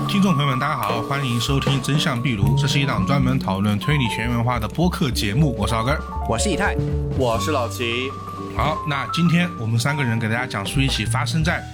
听众朋友们大家好，欢迎收听真相壁炉，这是一档专门讨论推理悬疑文化的播客节目，我是老根， 我是以太， 我是老齐。 好，那今天我们三个人给大家讲述一起发生在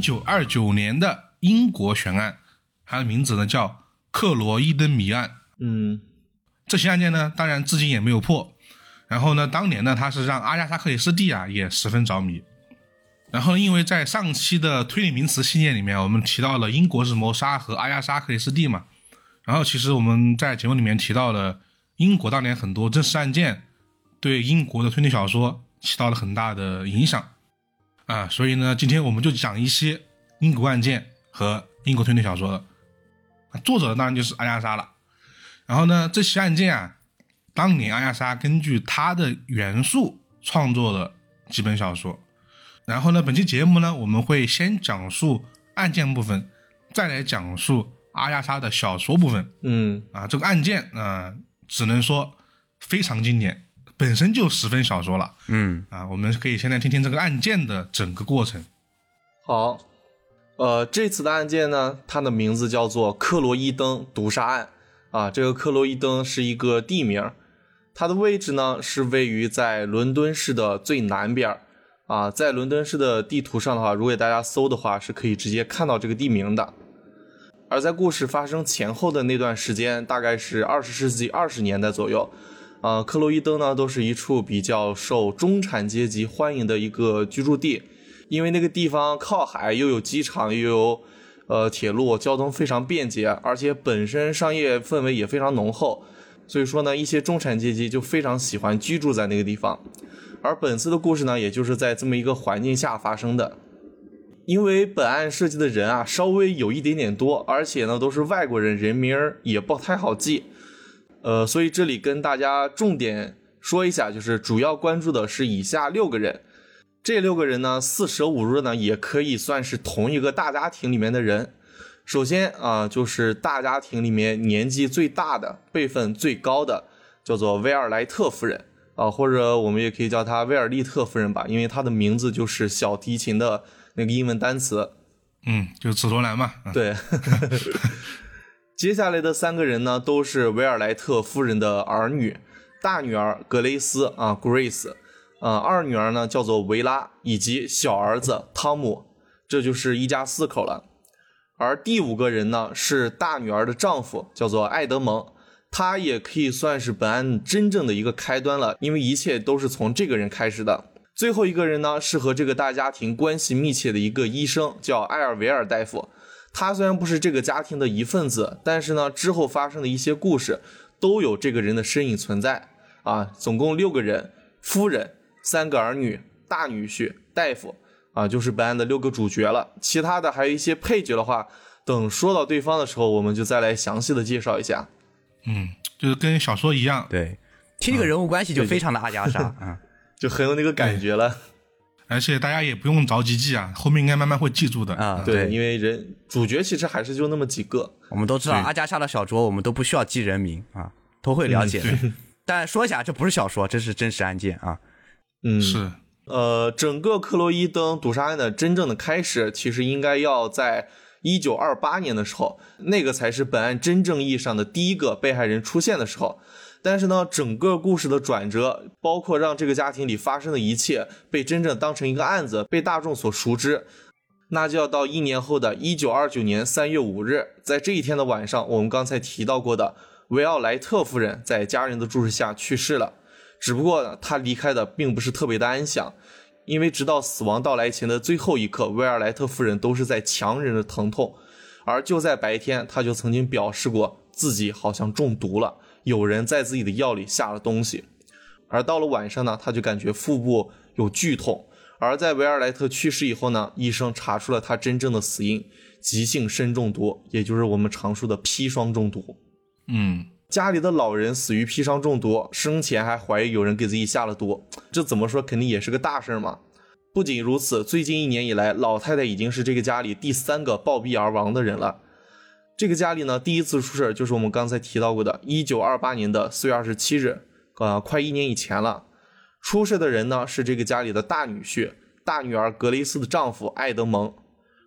1929年的英国悬案，它的名字呢叫克罗伊登谜案。这起案件呢当然至今也没有破，然后呢当年呢它是让阿加莎克里斯蒂也十分着迷。然后因为在上期的推理名词系列里面我们提到了英国式谋杀和阿加莎克里斯蒂嘛，然后其实我们在节目里面提到了英国当年很多真实案件对英国的推理小说起到了很大的影响所以呢今天我们就讲一些英国案件和英国推理小说的作者当然就是阿加莎了。然后呢这起案件当年阿加莎根据他的元素创作了几本小说。然后呢本期节目呢我们会先讲述案件部分，再来讲述阿加莎的小说部分。这个案件只能说非常经典，本身就10分小说了。我们可以先来听听这个案件的整个过程。 好，这次的案件呢它的名字叫做克罗伊登毒杀案这个克罗伊登是一个地名，它的位置呢是位于在伦敦市的最南边在伦敦市的地图上的话，如果大家搜的话是可以直接看到这个地名的。而在故事发生前后的那段时间，大概是20世纪20年代左右，克罗伊登呢都是一处比较受中产阶级欢迎的一个居住地，因为那个地方靠海，又有机场，又有铁路，交通非常便捷，而且本身商业氛围也非常浓厚，所以说呢一些中产阶级就非常喜欢居住在那个地方。而本次的故事呢也就是在这么一个环境下发生的。因为本案涉及的人稍微有一点点多，而且呢都是外国人，人名也不太好记，所以这里跟大家重点说一下，就是主要关注的是以下6个人。这6个人呢四舍五入呢也可以算是同一个大家庭里面的人。首先就是大家庭里面年纪最大的，辈分最高的，叫做威尔莱特夫人或者我们也可以叫她威尔利特夫人吧，因为她的名字就是小提琴的那个英文单词。 就是紫罗兰嘛。 对。接下来的3个人呢都是威尔莱特夫人的儿女，大女儿格雷斯Grace，二女儿呢叫做维拉，以及小儿子汤姆，这就是一家4口了。而第5个人呢是大女儿的丈夫，叫做艾德蒙，他也可以算是本案真正的一个开端了，因为一切都是从这个人开始的。最后一个人呢是和这个大家庭关系密切的一个医生，叫埃尔维尔大夫。他虽然不是这个家庭的一份子，但是呢之后发生的一些故事都有这个人的身影存在总共6个人，夫人、3个儿女、大女婿、大夫就是本案的6个主角了。其他的还有一些配角的话，等说到对方的时候我们就再来详细的介绍一下。 就是跟小说一样， 对，听这个人物关系就非常的阿加莎就很有那个感觉了。 而且大家也不用着急记后面应该慢慢会记住的对，因为主角其实还是就那么几个。 我们都知道阿加莎的小说我们都不需要记人名都会了解的。但说一下，这不是小说，这是真实案件是整个克洛伊登毒杀案的真正的开始其实应该要在1928年的时候，那个才是本案真正意义上的第一个被害人出现的时候。但是呢整个故事的转折，包括让这个家庭里发生的一切被真正当成一个案子被大众所熟知，那就要到1年后的1929年3月5日，在这一天的晚上，我们刚才提到过的维奥莱特夫人在家人的注视下去世了。只不过呢她离开的并不是特别的安详，因为直到死亡到来前的最后一刻，维尔莱特夫人都是在强忍着疼痛。而就在白天，她就曾经表示过自己好像中毒了，有人在自己的药里下了东西。而到了晚上呢，她就感觉腹部有剧痛。而在维尔莱特去世以后呢，医生查出了他真正的死因，急性砷中毒，也就是我们常说的砒霜中毒。家里的老人死于砒霜中毒，生前还怀疑有人给自己下了毒，这怎么说肯定也是个大事嘛。不仅如此，最近1年以来，老太太已经是这个家里第3个暴毙而亡的人了。这个家里呢，第一次出事就是我们刚才提到过的1928年的4月27日，快1年以前了。出事的人呢是这个家里的大女婿，大女儿格雷斯的丈夫艾德蒙。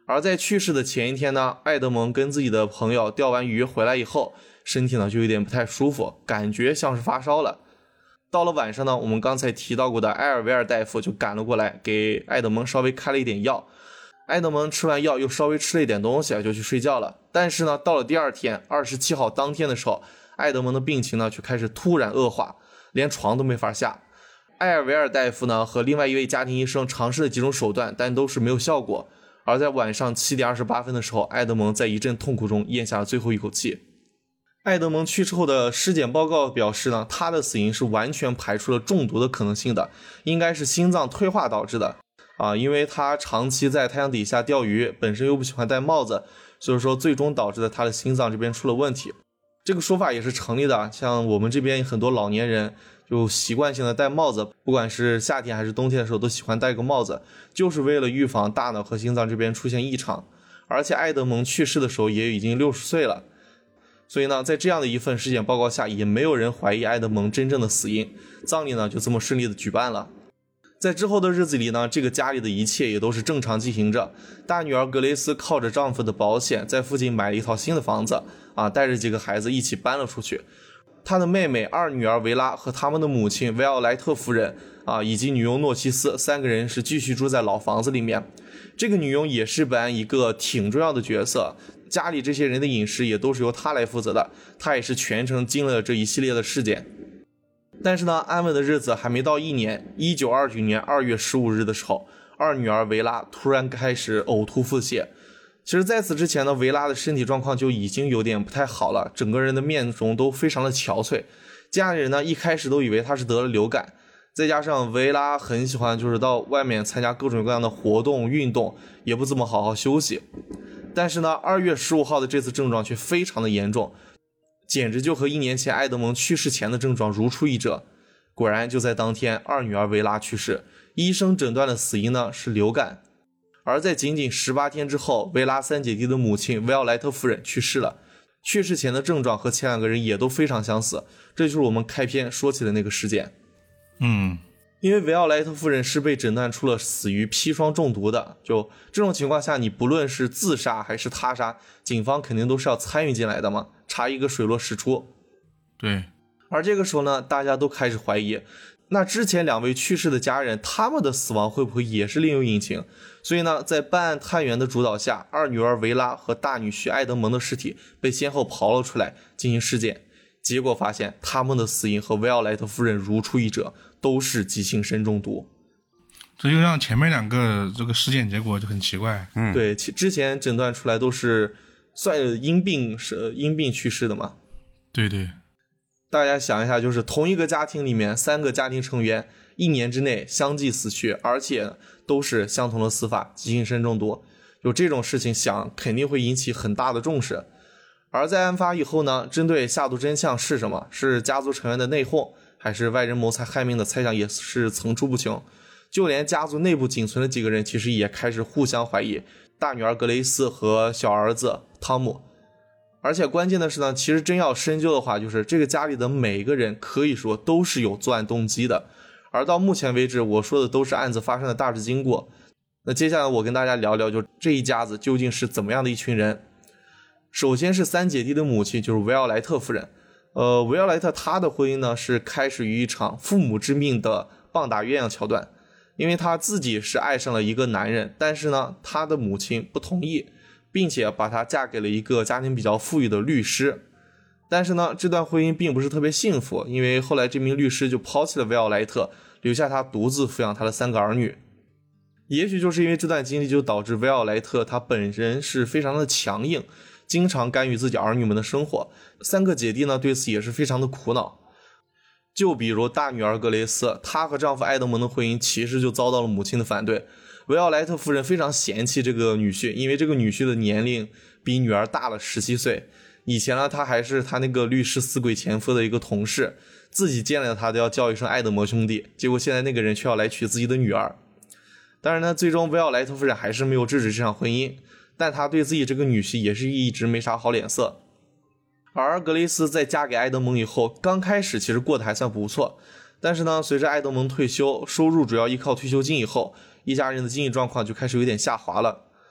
而在去世的前一天呢，爱德蒙跟自己的朋友钓完鱼回来以后，身体呢就有点不太舒服，感觉像是发烧了。到了晚上呢，我们刚才提到过的埃尔维尔大夫就赶了过来，给爱德蒙稍微开了一点药。爱德蒙吃完药又稍微吃了一点东西，就去睡觉了。但是呢，到了第二天27号当天的时候，爱德蒙的病情呢却开始突然恶化，连床都没法下。埃尔维尔大夫呢和另外一位家庭医生尝试了几种手段，但都是没有效果。而在晚上7点28分的时候，爱德蒙在一阵痛苦中咽下了最后一口气。爱德蒙去世后的尸检报告表示呢，他的死因是完全排除了中毒的可能性的，应该是心脏退化导致的因为他长期在太阳底下钓鱼，本身又不喜欢戴帽子，所以说最终导致了他的心脏这边出了问题。这个说法也是成立的，像我们这边很多老年人就习惯性的戴帽子，不管是夏天还是冬天的时候都喜欢戴个帽子，就是为了预防大脑和心脏这边出现异常。而且爱德蒙去世的时候也已经60岁了，所以呢，在这样的一份尸检报告下，也没有人怀疑爱德蒙真正的死因，葬礼呢就这么顺利的举办了。在之后的日子里呢，这个家里的一切也都是正常进行着。大女儿格雷斯靠着丈夫的保险，在附近买了一套新的房子带着几个孩子一起搬了出去。她的妹妹二女儿维拉和他们的母亲维奥莱特夫人以及女佣诺奇斯3个人是继续住在老房子里面。这个女佣也是本案一个挺重要的角色，家里这些人的饮食也都是由她来负责的，她也是全程经历了这一系列的事件。但是呢，安稳的日子还没到1年，1929年2月15日的时候，二女儿维拉突然开始呕吐腹泻。其实在此之前呢，维拉的身体状况就已经有点不太好了，整个人的面容都非常的憔悴。家里人呢一开始都以为她是得了流感，再加上维拉很喜欢就是到外面参加各种各样的活动运动，也不怎么好好休息。但是呢，2月15号的这次症状却非常的严重，简直就和1年前爱德蒙去世前的症状如出一辙。果然就在当天，二女儿维拉去世，医生诊断的死因呢是流感。而在仅仅18天之后，维拉3姐弟的母亲维奥莱特夫人去世了，去世前的症状和前2个人也都非常相似，这就是我们开篇说起的那个事件。因为维奥莱特夫人是被诊断出了死于砒霜中毒的，就这种情况下，你不论是自杀还是他杀，警方肯定都是要参与进来的嘛，查一个水落石出。 对。 而这个时候呢，大家都开始怀疑，那之前2位去世的家人，他们的死亡会不会也是另有隐情？所以呢，在办案探员的主导下，二女儿维拉和大女婿爱德蒙的尸体被先后刨了出来进行尸检，结果发现他们的死因和维奥莱特夫人如出一辙，都是急性砷中毒。 这就让前面2个这个尸检结果就很奇怪。 对，之前诊断出来都是算因病去世的嘛。 对对。 大家想一下，就是同一个家庭里面3个家庭成员1年之内相继死去，而且都是相同的死法，急性砷中毒，有这种事情想肯定会引起很大的重视。而在案发以后呢，针对下毒真相是什么，是家族成员的内讧，还是外人谋财害命的猜想也是层出不穷。就连家族内部仅存的几个人其实也开始互相怀疑大女儿格雷斯和小儿子汤姆。而且关键的是呢，其实真要深究的话，就是这个家里的每个人可以说都是有作案动机的。而到目前为止，我说的都是案子发生的大致经过。那接下来我跟大家聊聊，就这一家子究竟是怎么样的一群人。首先是3姐弟的母亲，就是维奥莱特夫人。维奥莱特她的婚姻呢是开始于一场父母之命的棒打鸳鸯桥段，因为她自己是爱上了一个男人，但是呢她的母亲不同意，并且把她嫁给了一个家庭比较富裕的律师。但是呢这段婚姻并不是特别幸福，因为后来这名律师就抛弃了维奥莱特，留下她独自抚养她的3个儿女。也许就是因为这段经历，就导致维奥莱特她本人是非常的强硬，经常干预自己儿女们的生活。3个姐弟呢对此也是非常的苦恼。就比如大女儿格雷斯，她和丈夫爱德蒙的婚姻其实就遭到了母亲的反对。维奥莱特夫人非常嫌弃这个女婿，因为这个女婿的年龄比女儿大了17岁。以前呢，他还是他那个律师死鬼前夫的一个同事，自己见了他都要叫一声爱德蒙兄弟，结果现在那个人却要来娶自己的女儿。当然呢，最终维奥莱特夫人还是没有制止这场婚姻，但他对自己这个女婿也是一直没啥好脸色。而格雷斯在嫁给爱德蒙以后，刚开始其实过得还算不错，但是呢，随着爱德蒙退休，收入主要依靠退休金以后，一家人的经济状况就开始有点下滑了。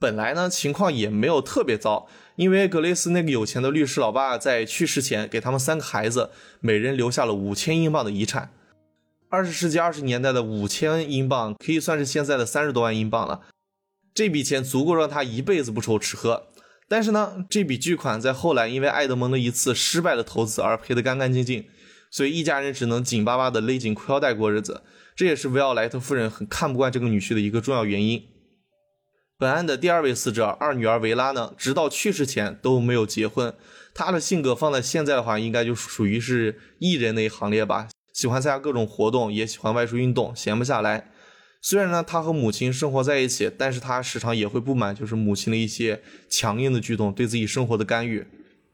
本来呢情况也没有特别糟，因为格雷斯那个有钱的律师老爸在去世前给他们3个孩子每人留下了5000英镑的遗产。20世纪20年代的5000英镑可以算是现在的30多万英镑了，这笔钱足够让他一辈子不愁吃喝。但是呢，这笔巨款在后来因为爱德蒙的一次失败的投资而赔得干干净净，所以一家人只能紧巴巴的勒紧裤腰带过日子，这也是维奥莱特夫人很看不惯这个女婿的一个重要原因。本案的第2位死者二女儿维拉呢，直到去世前都没有结婚，她的性格放在现在的话应该就属于是艺人那一行列吧，喜欢参加各种活动，也喜欢外出运动，闲不下来。虽然呢他和母亲生活在一起，但是他时常也会不满就是母亲的一些强硬的举动，对自己生活的干预。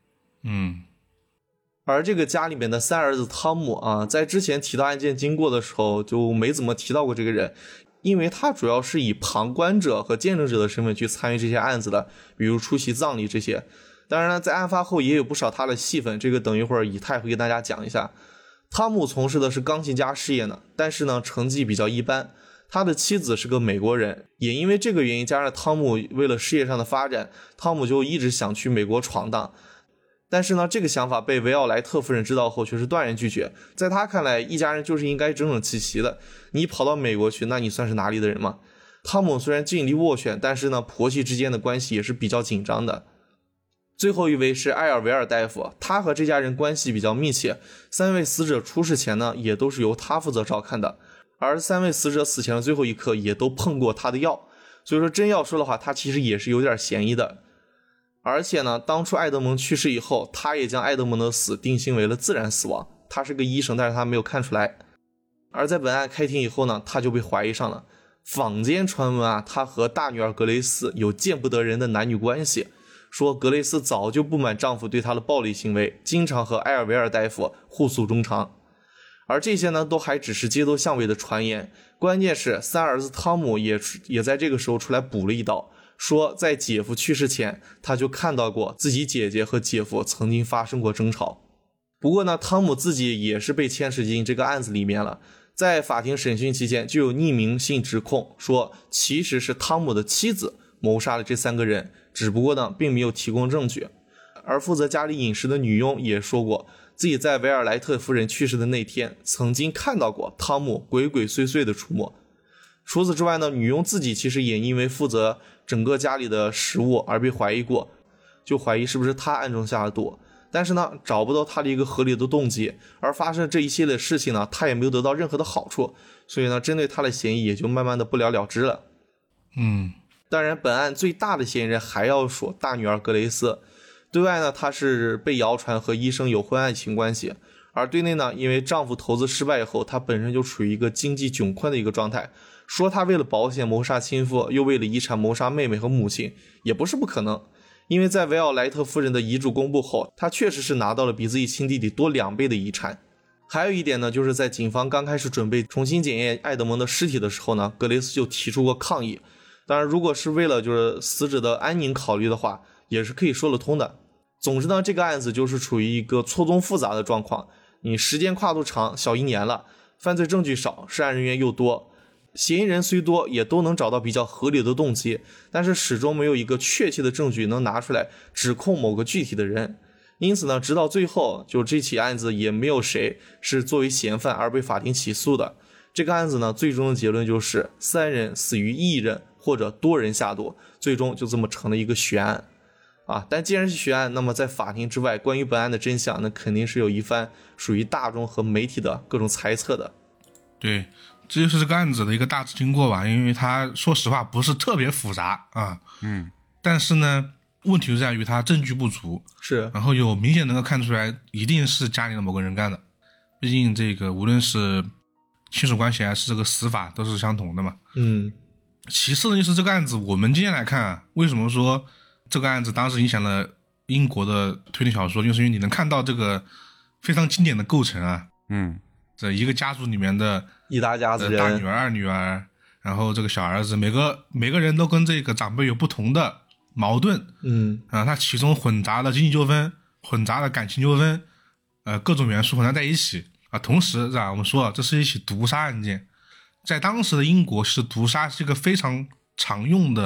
而这个家里面的3儿子汤姆啊，在之前提到案件经过的时候就没怎么提到过这个人，因为他主要是以旁观者和见证者的身份去参与这些案子的，比如出席葬礼这些。当然呢，在案发后也有不少他的戏份，这个等一会儿以太会给大家讲一下。汤姆从事的是钢琴家事业呢，但是呢成绩比较一般。他的妻子是个美国人，也因为这个原因，加上汤姆为了事业上的发展，汤姆就一直想去美国闯荡。但是呢，这个想法被维奥莱特夫人知道后却是断然拒绝。在他看来，一家人就是应该整整齐齐的，你跑到美国去，那你算是哪里的人吗？汤姆虽然尽力斡旋，但是呢，婆媳之间的关系也是比较紧张的。最后一位是埃尔维尔大夫，他和这家人关系比较密切，3位死者出事前呢，也都是由他负责照看的。而3位死者死前的最后一刻也都碰过他的药，所以说真要说的话，他其实也是有点嫌疑的。而且呢，当初爱德蒙去世以后，他也将爱德蒙的死定性为了自然死亡，他是个医生，但是他没有看出来。而在本案开庭以后呢，他就被怀疑上了。坊间传闻啊，他和大女儿格雷斯有见不得人的男女关系，说格雷斯早就不满丈夫对她的暴力行为，经常和埃尔维尔大夫互诉衷肠。而这些呢，都还只是街头巷尾的传言，关键是3儿子汤姆也在这个时候出来补了一刀，说在姐夫去世前，他就看到过自己姐姐和姐夫曾经发生过争吵。不过呢，汤姆自己也是被牵扯进这个案子里面了。在法庭审讯期间，就有匿名性指控说，其实是汤姆的妻子谋杀了这3个人，只不过呢，并没有提供证据。而负责家里饮食的女佣也说过，自己在维尔莱特夫人去世的那天，曾经看到过汤姆鬼鬼祟祟的出没。除此之外呢，女佣自己其实也因为负责整个家里的食物而被怀疑过，就怀疑是不是她暗中下的毒。但是呢，找不到她的一个合理的动机，而发生这一系列事情呢，她也没有得到任何的好处，所以呢，针对她的嫌疑也就慢慢的不了了之了。当然，本案最大的嫌疑人还要说大女儿格雷斯。对外呢，她是被谣传和医生有婚外情关系，而对内呢，因为丈夫投资失败以后，她本身就处于一个经济窘困的一个状态，说她为了保险谋杀亲父，又为了遗产谋杀妹妹和母亲，也不是不可能。因为在维奥莱特夫人的遗嘱公布后，她确实是拿到了比自己亲弟弟多2倍的遗产。还有一点呢，就是在警方刚开始准备重新检验爱德蒙的尸体的时候呢，格雷斯就提出过抗议。当然，如果是为了就是死者的安宁考虑的话，也是可以说得通的。总之呢，这个案子就是处于一个错综复杂的状况，你时间跨度长，小1年了，犯罪证据少，涉案人员又多，嫌疑人虽多，也都能找到比较合理的动机，但是始终没有一个确切的证据能拿出来指控某个具体的人。因此呢，直到最后，就这起案子也没有谁是作为嫌犯而被法庭起诉的。这个案子呢，最终的结论就是3人死于1人或者多人下毒，最终就这么成了一个悬案。但既然是悬案，那么在法庭之外，关于本案的真相，那肯定是有一番属于大众和媒体的各种猜测的。 对，这就是这个案子的一个大致经过吧，因为它说实话不是特别复杂啊。但是呢，问题就在于它证据不足， 是， 然后有明显能够看出来一定是家里的某个人干的，毕竟这个无论是亲属关系还是这个死法都是相同的嘛。其次呢，就是这个案子我们今天来看啊，为什么说这个案子当时影响了英国的推理小说，就是因为你能看到这个非常经典的构成啊。这一个家族里面的一大家子人， 大女儿、二女儿，然后这个小儿子，每个人都跟这个长辈有不同的矛盾。它其中混杂了经济纠纷，混杂了感情纠纷，各种元素混杂在一起啊。同时我们说这是一起毒杀案件，在当时的英国是毒杀是一个非常常用的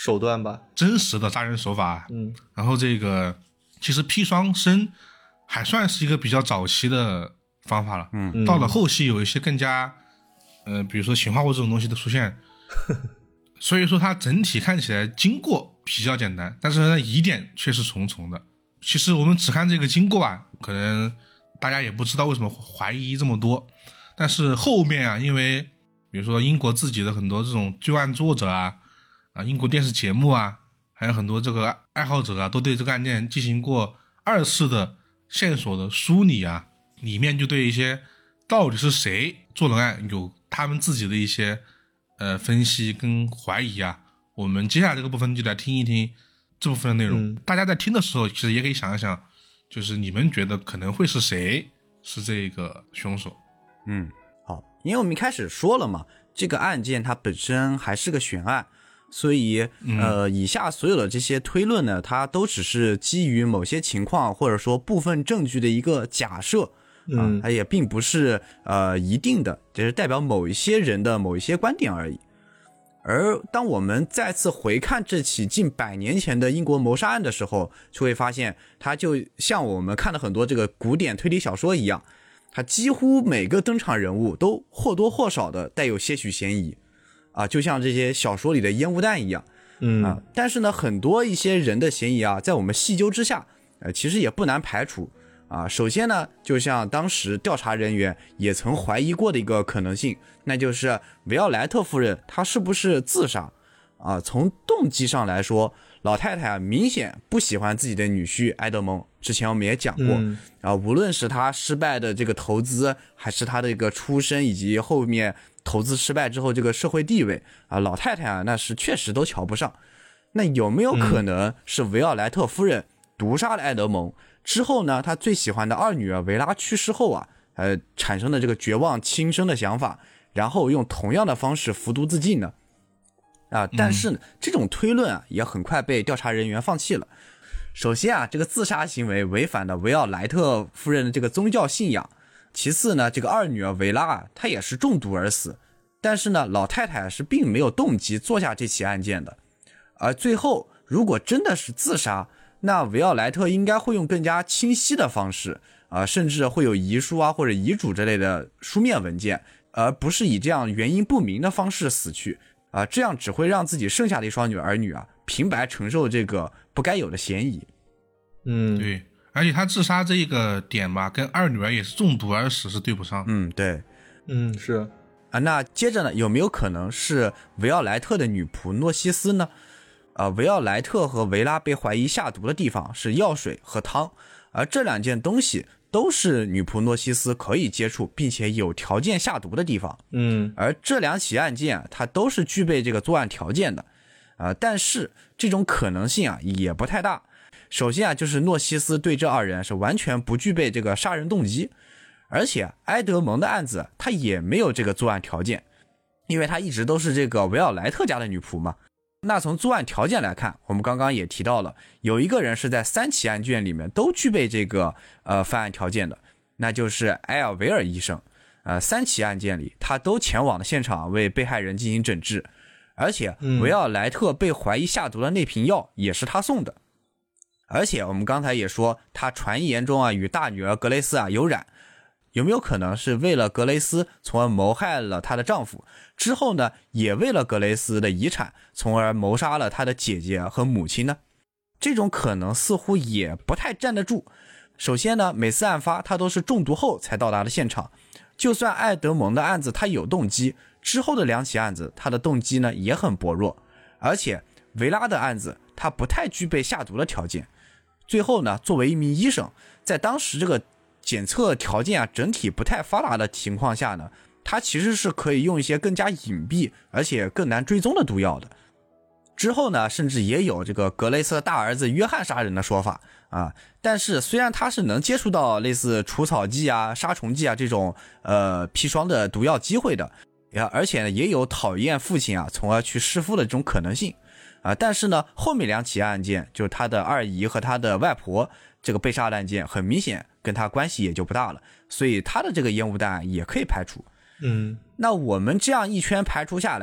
手段吧， 真实的杀人手法。然后这个其实砒霜生还算是一个比较早期的方法了。到了后期有一些更加比如说氰化物这种东西的出现，所以说它整体看起来经过比较简单，但是呢疑点却是重重的。其实我们只看这个经过啊，可能大家也不知道为什么怀疑这么多，但是后面啊，因为比如说英国自己的很多这种罪案作者啊，英国电视节目啊，还有很多这个爱好者啊，都对这个案件进行过2次的线索的梳理啊，里面就对一些到底是谁做了案有他们自己的一些分析跟怀疑啊。我们接下来这个部分就来听一听这部分的内容。大家在听的时候其实也可以想一想，就是你们觉得可能会是谁是这个凶手。 好，因为我们一开始说了嘛，这个案件它本身还是个悬案，所以以下所有的这些推论呢，它都只是基于某些情况或者说部分证据的一个假设它也并不是一定的，只是代表某一些人的某一些观点而已。而当我们再次回看这起近100年前的英国谋杀案的时候，就会发现它就像我们看了很多这个古典推理小说一样，它几乎每个登场人物都或多或少的带有些许嫌疑就像这些小说里的烟雾弹一样。但是呢，很多一些人的嫌疑在我们细究之下其实也不难排除首先呢，就像当时调查人员也曾怀疑过的一个可能性，那就是维奥莱特夫人她是不是自杀从动机上来说，老太太明显不喜欢自己的女婿埃德蒙，之前我们也讲过无论是他失败的这个投资，还是他的一个出身，以及后面投资失败之后这个社会地位老太太那是确实都瞧不上。那有没有可能是维奥莱特夫人毒杀了埃德蒙之后呢，他最喜欢的二女儿维拉去世后产生的这个绝望轻生的想法，然后用同样的方式服毒自尽呢？但是这种推论也很快被调查人员放弃了。首先这个自杀行为违反了维奥莱特夫人的这个宗教信仰。其次呢，这个二女儿维拉她也是中毒而死，但是呢，老太太是并没有动机做下这起案件的。而最后，如果真的是自杀，那维奥莱特应该会用更加清晰的方式甚至会有遗书或者遗嘱之类的书面文件，而不是以这样原因不明的方式死去这样只会让自己剩下的一双儿女平白承受这个不该有的嫌疑。 对，而且他自杀这一个点吧，跟二女儿也是中毒而死是对不上。 对， 是那接着呢，有没有可能是维奥莱特的女仆诺西斯呢？维奥莱特和维拉被怀疑下毒的地方是药水和汤，而这两件东西都是女仆诺西斯可以接触并且有条件下毒的地方。而这两起案件它都是具备这个作案条件的但是这种可能性也不太大。首先就是诺西斯对这二人是完全不具备这个杀人动机，而且埃德蒙的案子他也没有这个作案条件，因为他一直都是这个维奥莱特家的女仆嘛。那从作案条件来看，我们刚刚也提到了，有一个人是在3起案件里面都具备这个犯案条件的，那就是埃尔维尔医生。3起案件里他都前往了现场为被害人进行诊治，而且维奥莱特被怀疑下毒的那瓶药也是他送的。而且我们刚才也说，他传言中与大女儿格雷斯有染，有没有可能是为了格雷斯从而谋害了她的丈夫，之后呢也为了格雷斯的遗产从而谋杀了她的姐姐和母亲呢？这种可能似乎也不太站得住。首先呢，每次案发他都是中毒后才到达了现场，就算埃德蒙的案子他有动机，之后的2起案子他的动机呢也很薄弱，而且维拉的案子他不太具备下毒的条件。最后呢，作为一名医生，在当时这个检测条件整体不太发达的情况下呢，他其实是可以用一些更加隐蔽而且更难追踪的毒药的。之后呢，甚至也有这个格雷斯的大儿子约翰杀人的说法但是虽然他是能接触到类似除草剂杀虫剂这种砒霜的毒药机会的，而且呢也有讨厌父亲从而去弑父的这种可能性但是呢，后面2起案件，就是他的二姨和他的外婆这个被杀的案件，很明显跟他关系也就不大了，所以他的这个烟雾弹也可以排除。 嗯， 那我们这样一圈排除下来，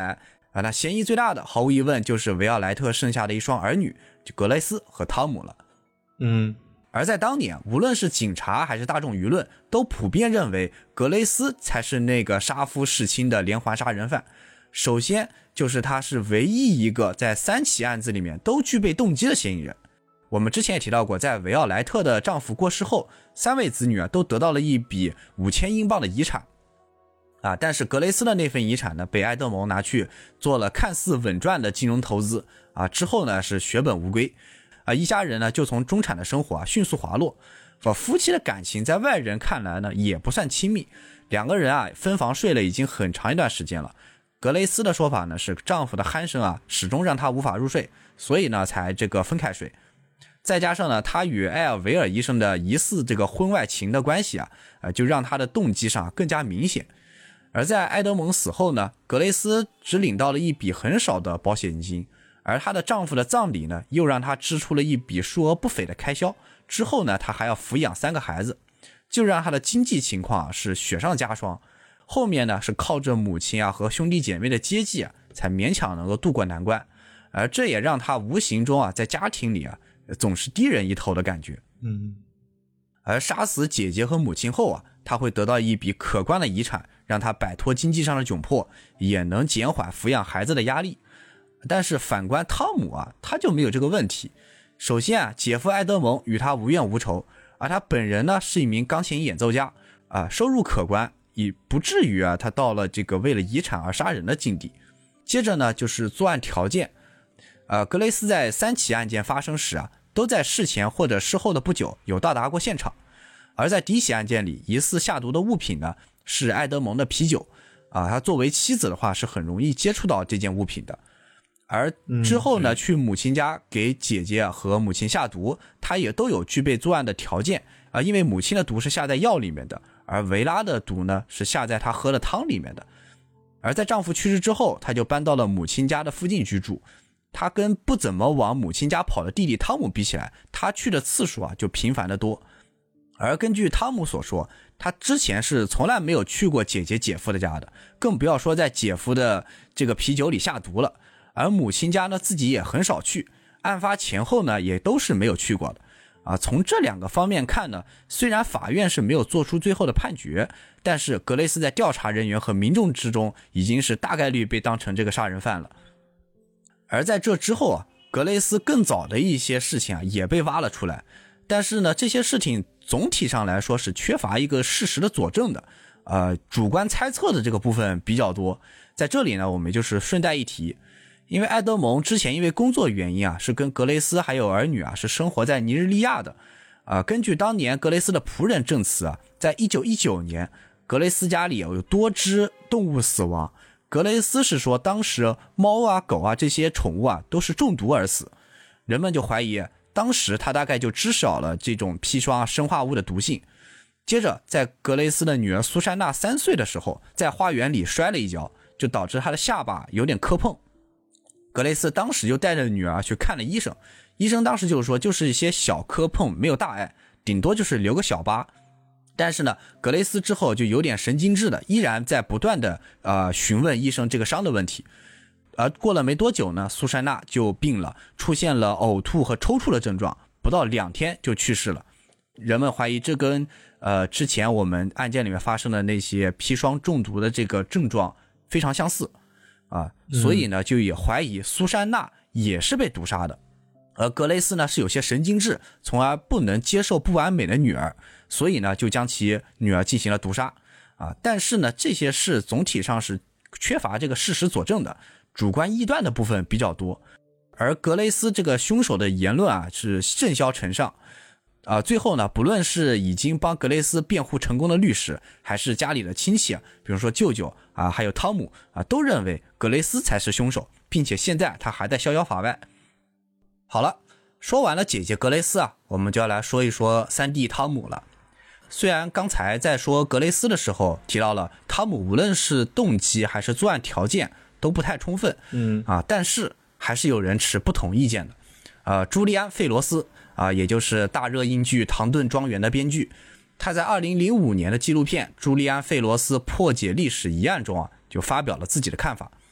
那嫌疑最大的毫无疑问就是维奥莱特剩下的一双儿女，就格雷斯和汤姆了。而在当年，无论是警察还是大众舆论，都普遍认为格雷斯才是那个杀夫弑亲的连环杀人犯。首先就是他是唯一一个在3起案子里面都具备动机的嫌疑人。我们之前也提到过，在维奥莱特的丈夫过世后，3位子女都得到了一笔5000英镑的遗产。但是格雷斯的那份遗产呢，被埃德蒙拿去做了看似稳赚的金融投资之后呢是血本无归。一家人呢就从中产的生活迅速滑落。夫妻的感情在外人看来呢也不算亲密，两个人分房睡了已经很长一段时间了。格雷斯的说法呢是丈夫的鼾声始终让她无法入睡，所以呢才这个分开睡。再加上呢她与埃尔维尔医生的疑似这个婚外情的关系就让她的动机上更加明显。而在埃德蒙死后呢，格雷斯只领到了一笔很少的保险金，而她的丈夫的葬礼呢又让她支出了一笔数额不菲的开销，之后呢她还要抚养3个孩子，就让她的经济情况是雪上加霜。后面呢是靠着母亲和兄弟姐妹的接济才勉强能够度过难关，而这也让她无形中在家庭里总是低人一头的感觉。而杀死姐姐和母亲后她会得到一笔可观的遗产，让她摆脱经济上的窘迫，也能减缓抚养孩子的压力。但是反观汤姆他就没有这个问题。首先姐夫埃德蒙与他无怨无仇，而他本人呢是一名钢琴演奏家收入可观，也不至于他到了这个为了遗产而杀人的境地。接着呢就是作案条件。格雷斯在3起案件发生时都在事前或者事后的不久有到达过现场。而在第1起案件里，疑似下毒的物品呢是埃德蒙的啤酒他作为妻子的话是很容易接触到这件物品的。而之后呢去母亲家给姐姐和母亲下毒，他也都有具备作案的条件因为母亲的毒是下在药里面的，而维拉的毒呢是下在她喝的汤里面的。而在丈夫去世之后，她就搬到了母亲家的附近居住。她跟不怎么往母亲家跑的弟弟汤姆比起来，她去的次数就频繁得多。而根据汤姆所说，他之前是从来没有去过姐姐姐夫的家的，更不要说在姐夫的这个啤酒里下毒了。而母亲家呢自己也很少去，案发前后呢也都是没有去过的从这2个方面看呢，虽然法院是没有做出最后的判决，但是格雷斯在调查人员和民众之中已经是大概率被当成这个杀人犯了。而在这之后格雷斯更早的一些事情也被挖了出来，但是呢这些事情总体上来说是缺乏一个事实的佐证的主观猜测的这个部分比较多。在这里呢我们就是顺带一提，因为埃德蒙之前因为工作原因是跟格雷斯还有儿女是生活在尼日利亚的根据当年格雷斯的仆人证词在1919年格雷斯家里有多只动物死亡。格雷斯是说当时猫狗这些宠物都是中毒而死，人们就怀疑当时他大概就知晓了这种砒霜生化物的毒性。接着在格雷斯的女儿苏珊娜3岁的时候，在花园里摔了一跤，就导致她的下巴有点磕碰。格雷斯当时就带着女儿去看了医生，医生当时就说就是一些小磕碰，没有大碍，顶多就是留个小疤。但是呢格雷斯之后就有点神经质的，依然在不断的询问医生这个伤的问题。而过了没多久呢，苏珊娜就病了，出现了呕吐和抽搐的症状，不到2天就去世了。人们怀疑这跟之前我们案件里面发生的那些砒霜中毒的这个症状非常相似所以呢就也怀疑苏珊娜也是被毒杀的。而格雷斯呢是有些神经质，从而不能接受不完美的女儿，所以呢就将其女儿进行了毒杀但是呢这些事总体上是缺乏这个事实佐证的，主观臆断的部分比较多。而格雷斯这个凶手的言论是甚嚣尘上最后呢不论是已经帮格雷斯辩护成功的律师，还是家里的亲戚比如说舅舅还有汤姆都认为格雷斯才是凶手，并且现在他还在逍遥法外。好了，说完了姐姐格雷斯我们就要来说一说3弟汤姆了。虽然刚才在说格雷斯的时候提到了汤姆无论是动机还是作案条件都不太充分但是还是有人持不同意见的朱利安·费罗斯也就是大热英剧《唐顿庄园》的编剧，他在2005年的纪录片《朱利安·费罗斯破解历史疑案》中就发表了自己的看法。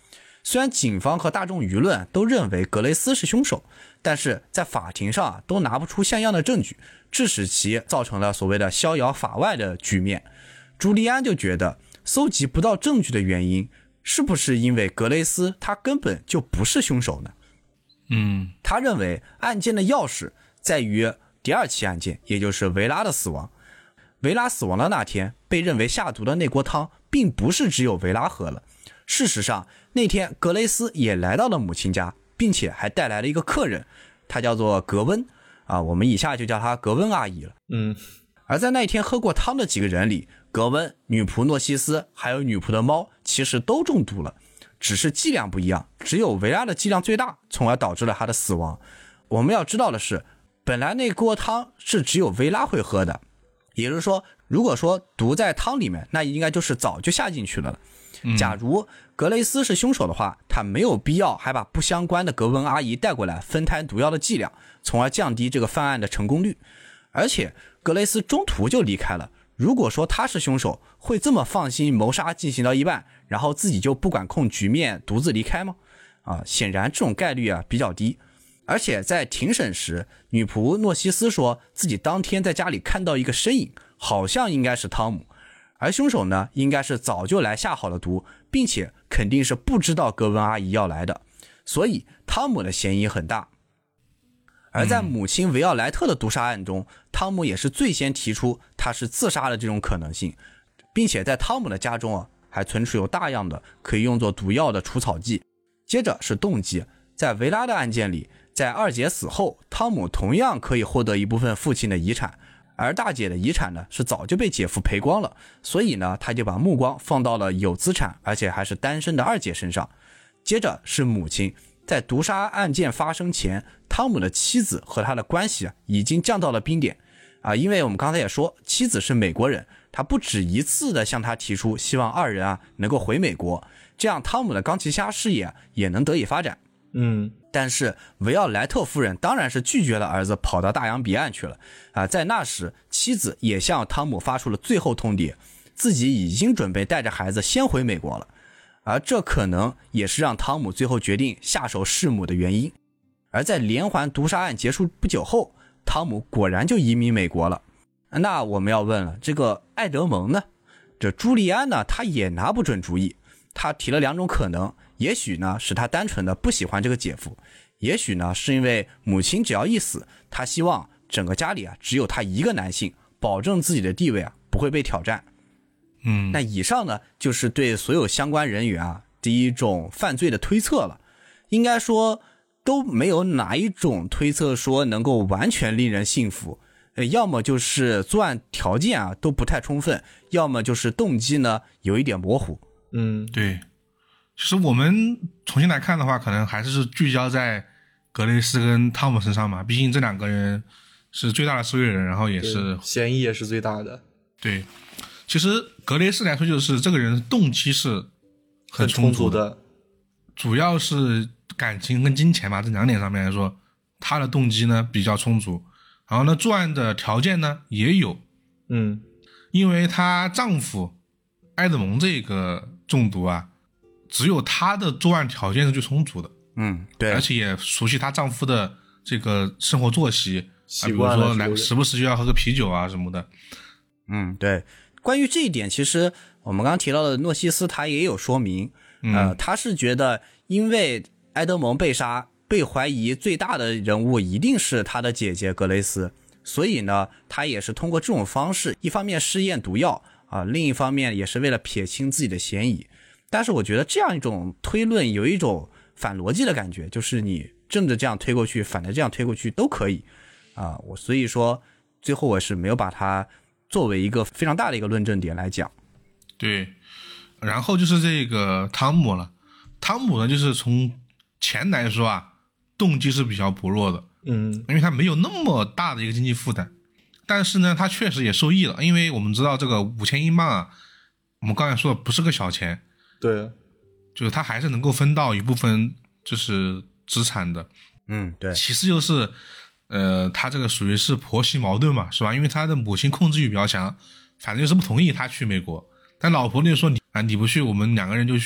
虽然警方和大众舆论都认为格雷斯是凶手，但是在法庭上都拿不出像样的证据，致使其造成了所谓的逍遥法外的局面。朱利安就觉得搜集不到证据的原因，是不是因为格雷斯他根本就不是凶手呢？他认为案件的钥匙在于第二起案件，也就是维拉的死亡。维拉死亡的那天，被认为下毒的那锅汤并不是只有维拉喝了。事实上，那天格雷斯也来到了母亲家，并且还带来了一个客人，他叫做格温我们以下就叫他格温阿姨了。而在那天喝过汤的几个人里，格温、女仆诺西斯还有女仆的猫其实都中毒了，只是剂量不一样，只有维拉的剂量最大，从而导致了他的死亡。我们要知道的是，本来那锅汤是只有维拉会喝的，也就是说，如果说毒在汤里面，那应该就是早就下进去了。假如格雷斯是凶手的话，他没有必要还把不相关的格温阿姨带过来分摊毒药的剂量，从而降低这个犯案的成功率。而且格雷斯中途就离开了，如果说他是凶手，会这么放心谋杀进行到一半，然后自己就不管控局面独自离开吗？显然这种概率比较低。而且在庭审时，女仆诺西斯说自己当天在家里看到一个身影，好像应该是汤姆，而凶手呢，应该是早就来下好了毒，并且肯定是不知道格温阿姨要来的，所以汤姆的嫌疑很大。而在母亲维奥莱特的毒杀案中，汤姆也是最先提出他是自杀的这种可能性，并且在汤姆的家中还存储有大量的可以用作毒药的除草剂。接着是动机，在维拉的案件里，在二姐死后，汤姆同样可以获得一部分父亲的遗产，而大姐的遗产呢是早就被姐夫赔光了，所以呢他就把目光放到了有资产而且还是单身的二姐身上。接着是母亲，在毒杀案件发生前，汤姆的妻子和他的关系已经降到了冰点因为我们刚才也说，妻子是美国人，他不止一次的向他提出希望二人能够回美国，这样汤姆的钢琴家事业也能得以发展。但是维奥莱特夫人当然是拒绝了儿子跑到大洋彼岸去了在那时，妻子也向汤姆发出了最后通牒，自己已经准备带着孩子先回美国了，而这可能也是让汤姆最后决定下手弑母的原因。而在连环毒杀案结束不久后，汤姆果然就移民美国了。那我们要问了，这个艾德蒙呢？这朱利安呢，他也拿不准主意。他提了两种可能，也许呢是他单纯的不喜欢这个姐夫，也许呢是因为母亲只要一死，他希望整个家里只有他一个男性，保证自己的地位不会被挑战。那以上呢就是对所有相关人员第一种犯罪的推测了。应该说都没有哪一种推测说能够完全令人信服，要么就是作案条件都不太充分，要么就是动机呢有一点模糊。 对，其实我们重新来看的话，可能还是聚焦在格雷斯跟汤姆身上嘛，毕竟这两个人是最大的受益人，然后也是嫌疑也是最大的。 对，其实格雷斯来说，就是这个人动机是很充足的， 主要是感情跟金钱嘛，这两点上面来说，他的动机呢比较充足，然后呢作案的条件呢也有。因为她丈夫埃德蒙这个中毒只有她的作案条件是最充足的。 对， 而且也熟悉她丈夫的这个生活作息习惯了， 比如说时不时就要喝个啤酒什么的。 对，关于这一点，其实我们刚刚提到的诺西斯他也有说明，他是觉得因为埃德蒙被杀，被怀疑最大的人物一定是他的姐姐格雷斯，所以呢他也是通过这种方式，一方面试验毒药另一方面也是为了撇清自己的嫌疑。但是我觉得这样一种推论有一种反逻辑的感觉，就是你正着这样推过去，反着这样推过去都可以所以说最后我是没有把它作为一个非常大的一个论证点来讲。 对，然后就是这个汤姆了。汤姆呢，就是从钱来说动机是比较薄弱的，因为他没有那么大的一个经济负担，但是呢他确实也受益了，因为我们知道这个5000英镑我们刚才说的不是个小钱。 对， 就是他还是能够分到一部分就是资产的。 对。 其次就是他这个属于是婆媳矛盾嘛，是吧？因为他的母亲控制欲比较强，反正就是不同意他去美国，但老婆就说你不去，我们两个人就去了。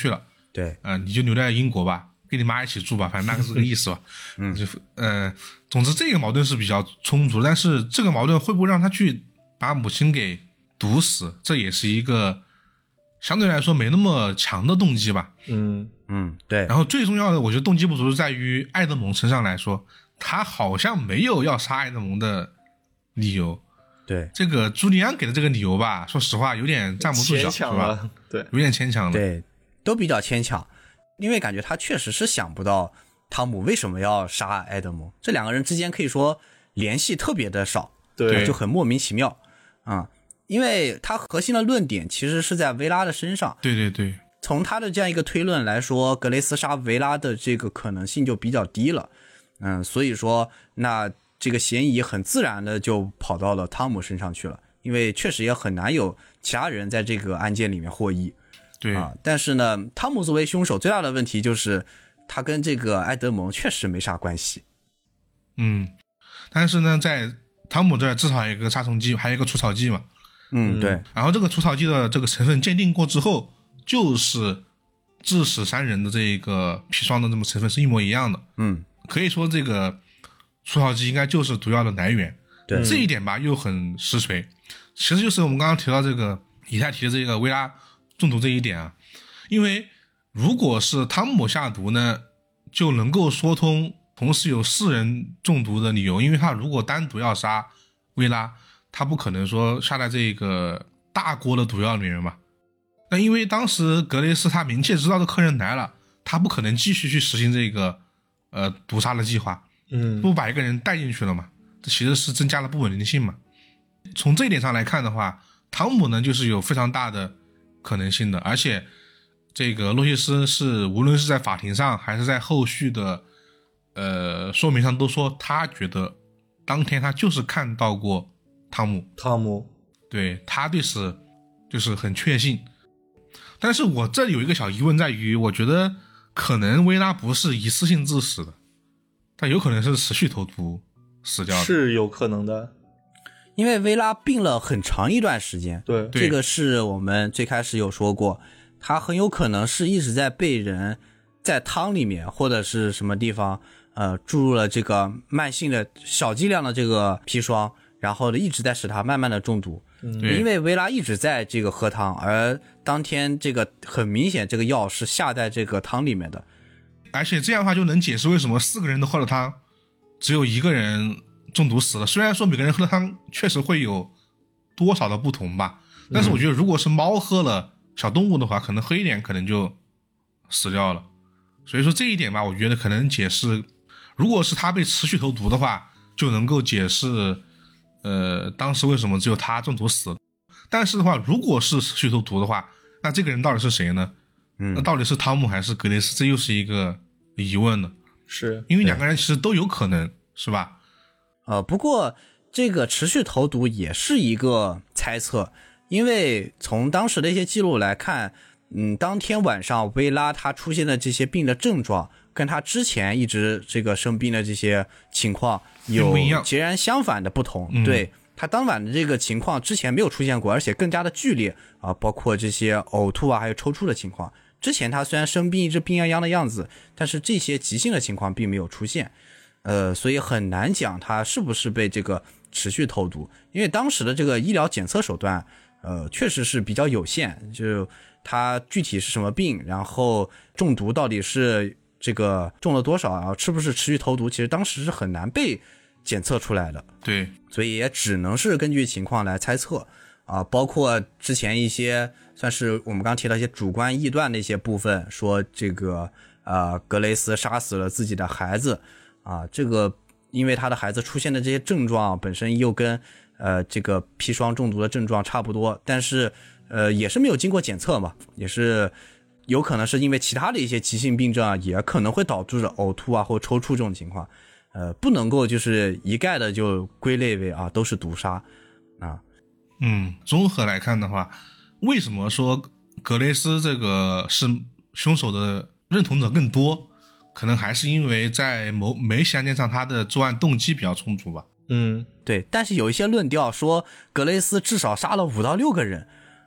对， 你就留在英国吧，跟你妈一起住吧，反正那个是个意思吧。总之这个矛盾是比较冲突，但是这个矛盾会不会让他去把母亲给毒死，这也是一个相对来说没那么强的动机吧。 对。 然后最重要的，我觉得动机不足是在于爱德蒙身上来说，他好像没有要杀爱德蒙的理由。 对， 这个朱利安给的这个理由吧，说实话有点站不住脚，是吧？ 对， 有点牵强了。 对，都比较牵强，因为感觉他确实是想不到汤姆为什么要杀爱德蒙，这两个人之间可以说联系特别的少， 对， 就很莫名其妙因为他核心的论点其实是在维拉的身上。 对对对， 从他的这样一个推论来说，格雷斯杀维拉的这个可能性就比较低了。所以说那这个嫌疑很自然的就跑到了汤姆身上去了，因为确实也很难有其他人在这个案件里面获益。 对但是呢，汤姆作为凶手最大的问题就是他跟这个埃德蒙确实没啥关系。 但是呢，在汤姆这儿至少有一个杀虫剂，还有一个除草剂嘛。 对。 然后这个除草剂的这个成分鉴定过之后，就是致死3人的这个砒霜的这么成分是一模一样的。可以说这个除草剂应该就是毒药的来源。 对， 这一点吧又很实锤。其实就是我们刚刚提到这个以太提的这个维拉中毒这一点啊，因为如果是汤姆下毒呢，就能够说通同时有4人中毒的理由，因为他如果单独要杀维拉，他不可能说下在这个大锅的毒药里面嘛。那因为当时格雷斯他明确知道这客人来了，他不可能继续去实行这个毒杀的计划，不把一个人带进去了嘛，这其实是增加了不稳定性嘛。从这一点上来看的话，汤姆呢就是有非常大的可能性的，而且这个洛西斯是无论是在法庭上还是在后续的说明上都说他觉得当天他就是看到过汤姆，对，他对此就是很确信。但是我这里有一个小疑问在于，我觉得可能薇拉不是一次性致死的，他有可能是持续投毒死掉的， 是有可能的。 因为薇拉病了很长一段时间， 对， 这个是我们最开始有说过，他很有可能是一直在被人在汤里面或者是什么地方注入了这个慢性的小剂量的这个砒霜，然后一直在使他慢慢的中毒。因为薇拉一直在这个喝汤，而当天这个很明显这个药是下在这个汤里面的， 而且这样的话就能解释为什么4个人都喝了汤，只有1个人中毒死了。虽然说每个人喝的汤确实会有多少的不同吧，但是我觉得如果是猫喝了小动物的话，可能喝一点可能就死掉了。所以说这一点吧，我觉得可能解释，如果是他被持续投毒的话，就能够解释当时为什么只有他中毒死。但是的话，如果是持续投毒的话，那这个人到底是谁呢？那到底是汤姆还是格雷斯？这又是一个疑问了。 是因为2个人其实都有可能，是吧？ 不过这个持续投毒也是一个猜测，因为从当时的一些记录来看，当天晚上薇拉她出现的这些病的症状，跟她之前一直这个生病的这些情况有截然相反的不同。对，她当晚的这个情况之前没有出现过，而且更加的剧烈包括这些呕吐还有抽搐的情况。之前她虽然生病一直病殃殃的样子，但是这些急性的情况并没有出现。所以很难讲他是不是被这个持续投毒，因为当时的这个医疗检测手段确实是比较有限，就他具体是什么病，然后中毒到底是这个中了多少啊，是不是持续投毒，其实当时是很难被检测出来的。 对， 所以也只能是根据情况来猜测包括之前一些算是我们刚提到一些主观臆断的一些部分，说这个格雷斯杀死了自己的孩子这个因为他的孩子出现的这些症状本身又跟这个砒霜中毒的症状差不多，但是也是没有经过检测嘛，也是有可能是因为其他的一些急性病症也可能会导致呕吐或抽搐这种情况，不能够就是一概的就归类为都是毒杀综合来看的话，为什么说格雷斯这个是凶手的认同者更多？可能还是因为在每起案件上他的作案动机比较充足吧。 对，但是有一些论调说格雷斯至少杀了5到6个人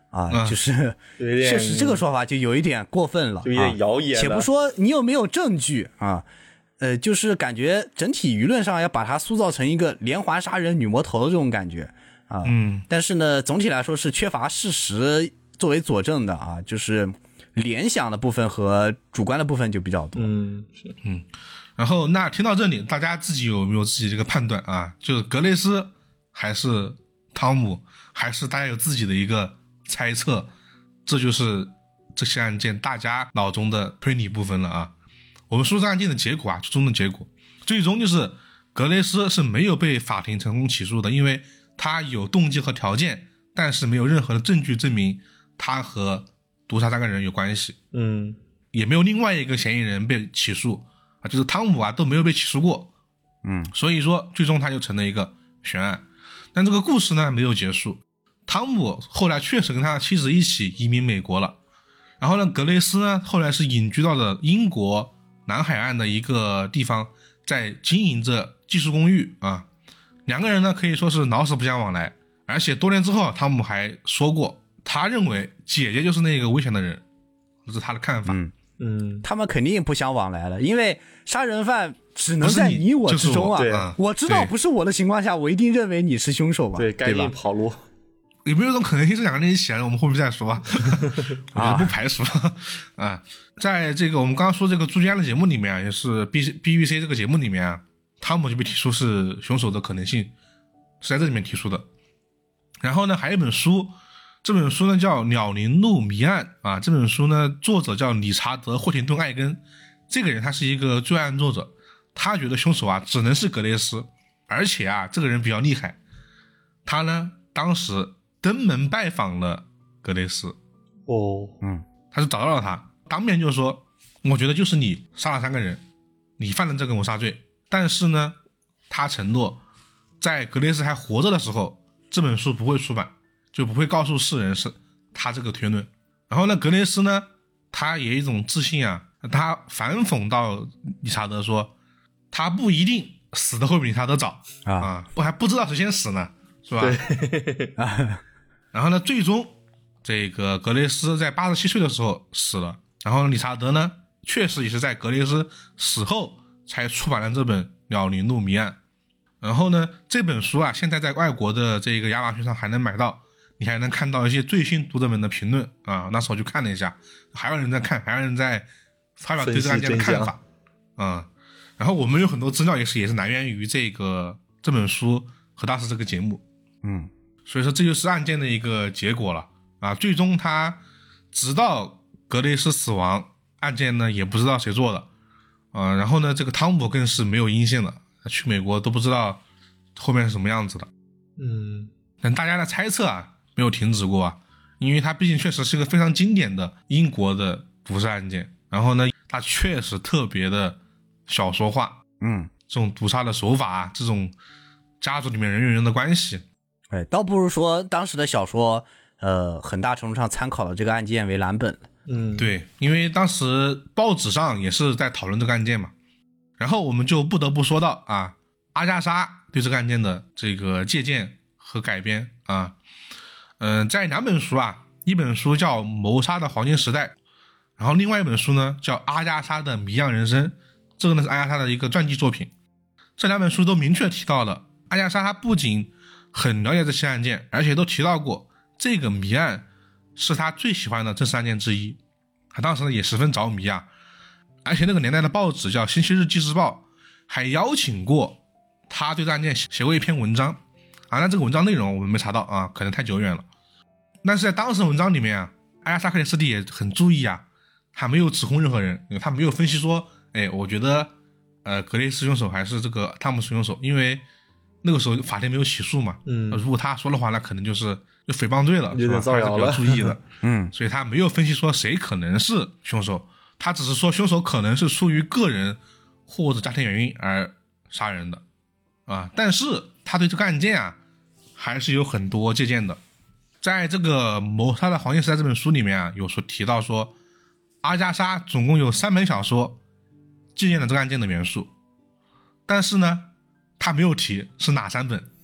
啊，就是确实这个说法就有一点过分了， 有一点谣言。 且不说你有没有证据啊，就是感觉整体舆论上要把它塑造成一个连环杀人女魔头的这种感觉啊。但是呢，总体来说是缺乏事实作为佐证的啊，就是联想的部分和主观的部分就比较多。 然后那听到这里，大家自己有没有自己这个判断啊？就是格雷斯还是汤姆，还是大家有自己的一个猜测？这就是这些案件大家脑中的推理部分了啊。我们说这案件的结果啊，最终的结果，最终就是格雷斯是没有被法庭成功起诉的，因为他有动机和条件，但是没有任何的证据证明他和毒杀3个人有关系。也没有另外一个嫌疑人被起诉啊，就是汤姆啊都没有被起诉过。所以说最终他就成了一个悬案。但这个故事呢没有结束，汤姆后来确实跟他的妻子一起移民美国了，然后呢格雷斯呢后来是隐居到了英国南海岸的一个地方，在经营着寄宿公寓啊。2个人呢可以说是老死不相往来，而且多年之后汤姆还说过他认为姐姐就是那个危险的人，这是他的看法。 他们肯定不相往来了，因为杀人犯只能在你我之中啊。我知道不是我的情况下，我一定认为你是凶手吧？ 对，赶紧跑路。 有没有一种可能性是2个人一起来的？我们后面再说啊，我觉得不排除啊。在这个我们刚刚说这个朱利安的节目里面啊，也是 BBC 这个节目里面啊，汤姆就被提出是凶手的可能性是在这里面提出的。然后呢，还有一本书。这本书呢叫《鸟林路谜案》啊，这本书呢作者叫理查德·霍廷顿·艾根，这个人他是一个罪案作者，他觉得凶手啊只能是格雷斯，而且啊这个人比较厉害，他呢当时登门拜访了格雷斯。他就找到了他，当面就说我觉得就是你杀了3个人，你犯了这个谋杀罪。但是呢他承诺在格雷斯还活着的时候这本书不会出版，就不会告诉世人是他这个推论。然后呢格雷斯呢他也有一种自信啊，他反讽到理查德说他不一定死的会比理查德早我还不知道谁先死呢，是吧？然后呢最终这个格雷斯在87岁的时候死了，然后理查德呢确实也是在格雷斯死后才出版了这本《鸟林路谜案》。然后呢这本书啊现在在外国的这个亚马逊上还能买到，你还能看到一些最新读者们的评论啊，那时候就看了一下，还有人在看，还有人在发表对这个案件的看法然后我们有很多资料也是来源于这本书和当时这个节目。所以说这就是案件的一个结果了啊。最终他直到格雷斯死亡，案件呢也不知道谁做的然后呢这个汤姆更是没有音信了，去美国都不知道后面是什么样子的。但大家的猜测啊没有停止过啊，因为它毕竟确实是个非常经典的英国的毒杀案件，然后呢它确实特别的小说化。这种毒杀的手法啊，这种家族里面人与人的关系， 倒不如说当时的小说很大程度上参考了这个案件为蓝本。 对，因为当时报纸上也是在讨论这个案件嘛。然后我们就不得不说到啊，阿加莎对这个案件的这个借鉴和改编啊。在2本书啊，一本书叫《谋杀的黄金时代》，然后另外一本书呢叫《阿加莎的谜样人生》，这个呢是阿加莎的一个传记作品。这2本书都明确提到了阿加莎她不仅很了解这些案件，而且都提到过这个谜案是她最喜欢的真实案件之一，她当时呢也十分着迷啊。而且那个年代的报纸叫《星期日纪事报》，还邀请过她对这案件写过一篇文章啊。那这个文章内容我们没查到啊，可能太久远了。但是在当时的文章里面啊，阿加莎克里斯蒂也很注意啊，他没有指控任何人，他没有分析说我觉得格雷斯凶手还是这个汤姆斯凶手，因为那个时候法庭没有起诉嘛。如果他说的话，那可能就是诽谤罪了， 有点造谣了， 注意的。所以他没有分析说谁可能是凶手，他只是说凶手可能是出于个人或者家庭原因而杀人的但是他对这个案件啊还是有很多借鉴的。在这个《谋杀的黄金时代》这本书里面啊，有所提到说阿加莎总共有3本小说借鉴了这个案件的元素，但是呢他没有提是哪3本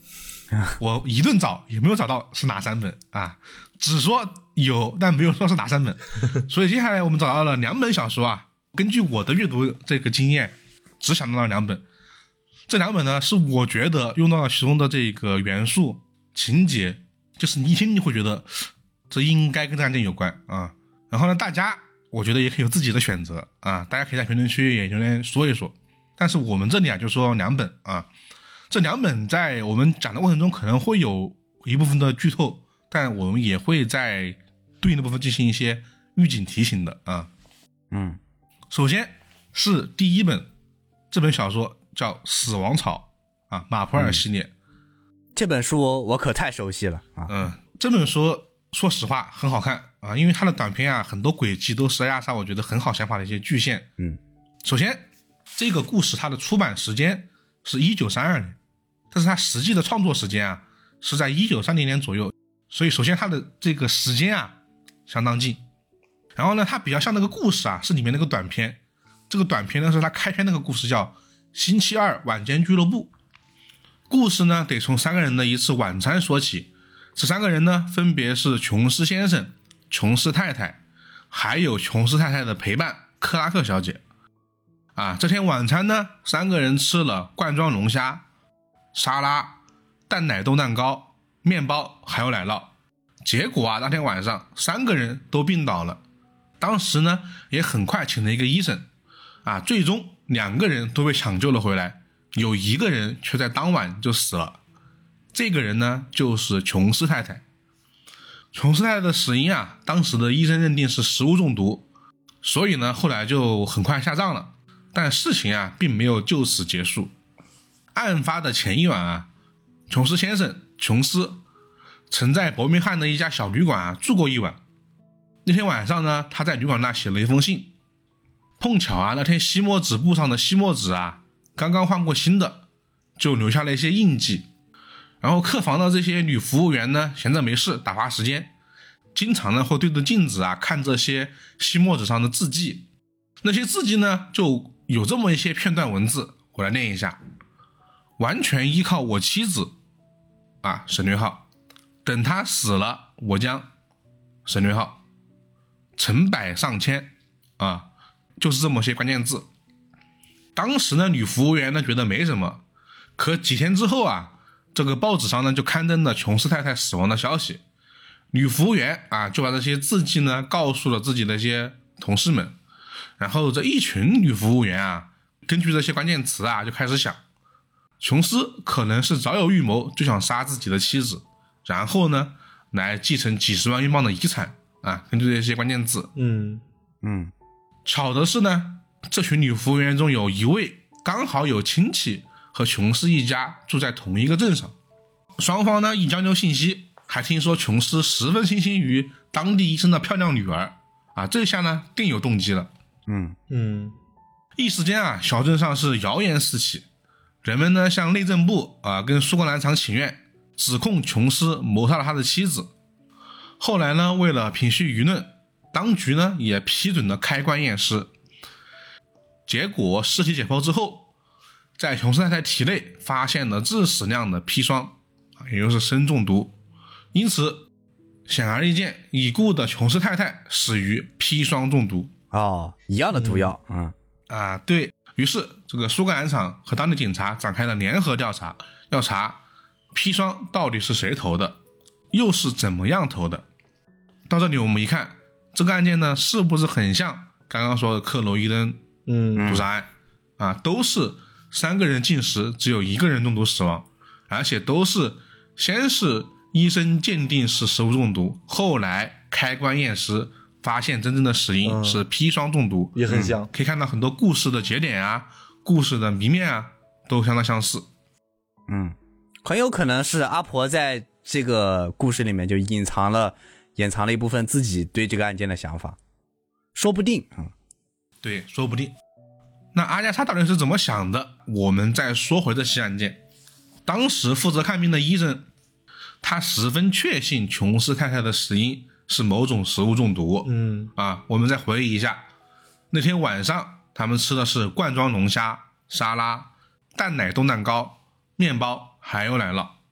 我一顿找也没有找到是哪3本啊，只说有，但没有说是哪3本。所以接下来我们找到了2本小说啊，根据我的阅读这个经验，只想到了2本。这2本呢，是我觉得用到了其中的这个元素情节，就是你一听你会觉得这应该跟这案件有关啊。然后呢，大家我觉得也可以有自己的选择啊，大家可以在评论区也留言说一说。但是我们这里啊就说2本啊，这2本在我们讲的过程中可能会有一部分的剧透，但我们也会在对应的部分进行一些预警提醒的啊。首先是第1本，这本小说叫《死亡草》啊，马普尔系列。 这本书我可太熟悉了啊。 这本书说实话很好看啊，因为它的短篇啊很多轨迹都是亚莎我觉得很好想法的一些巨献。首先这个故事它的出版时间是1932年，但是它实际的创作时间啊是在1930年左右，所以首先它的这个时间啊相当近。然后呢，它比较像那个故事啊是里面那个短篇，这个短篇呢是它开篇那个故事叫星期二晚间俱乐部。故事呢得从3个人的一次晚餐说起，这3个人呢分别是琼斯先生、琼斯太太，还有琼斯太太的陪伴克拉克小姐。这天晚餐呢，3个人吃了罐装龙虾、沙拉、蛋奶豆蛋糕、面包还有奶酪。结果啊，那天晚上3个人都病倒了。当时呢也很快请了一个医生最终2个人都被抢救了回来，有1个人却在当晚就死了。这个人呢就是琼斯太太。琼斯太太的死因啊，当时的医生认定是食物中毒，所以呢后来就很快下葬了。但事情啊并没有就此结束。案发的前一晚啊，琼斯先生琼斯曾在伯明翰的一家小旅馆住过一晚。那天晚上呢，他在旅馆那写了一封信，碰巧啊那天吸墨纸布上的吸墨纸啊刚刚换过新的，就留下了一些印记。然后客房的这些女服务员呢闲着没事打发时间，经常呢会对着镜子啊看这些吸墨纸上的字迹。那些字迹呢就有这么一些片段文字，我来念一下。完全依靠我妻子省略号，等她死了我将省略号成百上千就是这么些关键字。当时呢女服务员呢觉得没什么，可几天之后啊，这个报纸上呢就刊登了琼斯太太死亡的消息。女服务员就把这些字迹呢告诉了自己的一些同事们，然后这一群女服务员根据这些关键词就开始想，琼斯可能是早有预谋，就想杀自己的妻子，然后呢来继承几十万英镑的遗产根据这些关键字。巧的是呢，这群女服务员中有一位刚好有亲戚和琼斯一家住在同一个镇上，双方呢一交流信息，还听说琼斯十分倾心于当地医生的漂亮女儿这下呢更有动机了。一时间小镇上是谣言四起，人们呢向内政部跟苏格兰场请愿，指控琼斯谋杀了他的妻子。后来呢，为了平息舆论，当局呢也批准了开棺验尸。结果尸体解剖之后，在琼斯太太体内发现了致死量的砒霜，也就是砷中毒。因此显而易见，已故的琼斯太太死于砒霜中毒。 一样的毒药。 对，于是这个苏格兰场和当地警察展开了联合调查，要查砒霜到底是谁投的，又是怎么样投的。到这里我们一看，这个案件呢是不是很像刚刚说的克罗伊登毒杀案都是3个人进食，只有1个人中毒死亡，而且都是先是医生鉴定是食物中毒，后来开棺验尸发现真正的死因是砒霜中毒。 也很像。 可以看到很多故事的节点故事的谜面都相当相似。 很有可能是阿婆在这个故事里面就隐藏了一部分自己对这个案件的想法，说不定。 对，说不定。那阿加莎到底是怎么想的？我们再说回这起案件。当时负责看病的医生，他十分确信琼斯太太的死因是某种食物中毒。我们再回忆一下，那天晚上他们吃的是罐装龙虾、沙拉、蛋奶冻蛋糕、面包还有奶酪。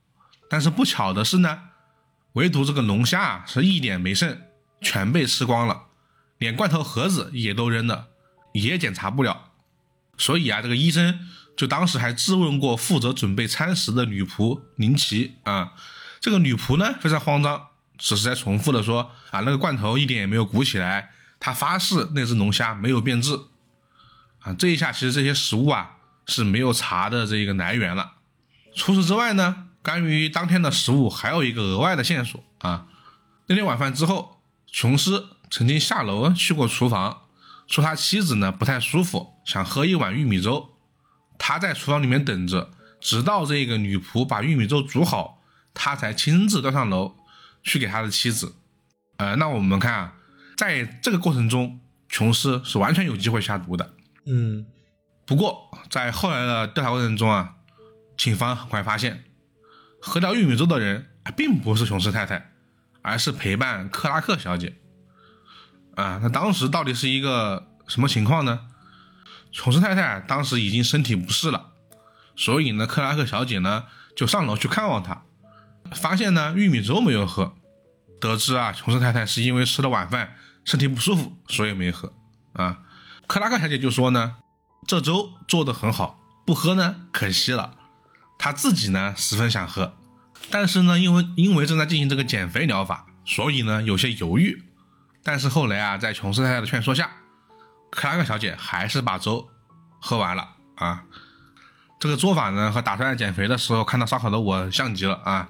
但是不巧的是呢，唯独这个龙虾是一点没剩，全被吃光了，连罐头盒子也都扔了，也检查不了。所以这个医生就当时还质问过负责准备餐食的女仆林奇啊。这个女仆呢非常慌张，只是在重复的说那个罐头一点也没有鼓起来，她发誓那只龙虾没有变质这一下其实这些食物是没有查的这个来源了。除此之外呢，关于当天的食物还有一个额外的线索那天晚饭之后，琼斯曾经下楼去过厨房，说他妻子呢不太舒服，想喝一碗玉米粥。他在厨房里面等着，直到这个女仆把玉米粥煮好，他才亲自端上楼去给他的妻子。那我们看在这个过程中，琼斯是完全有机会下毒的。不过在后来的调查过程中警方很快发现，喝掉玉米粥的人并不是琼斯太太，而是陪伴克拉克小姐。那当时到底是一个什么情况呢？琼斯太太当时已经身体不适了，所以呢，克拉克小姐呢就上楼去看望她，发现呢玉米粥没有喝，得知琼斯太太是因为吃了晚饭身体不舒服，所以没喝克拉克小姐就说呢，这粥做得很好，不喝呢可惜了。她自己呢十分想喝，但是呢因为正在进行这个减肥疗法，所以呢有些犹豫。但是后来在琼斯太太的劝说下，克拉克小姐还是把粥喝完了这个做法呢和打算减肥的时候看到烧烤的我像极了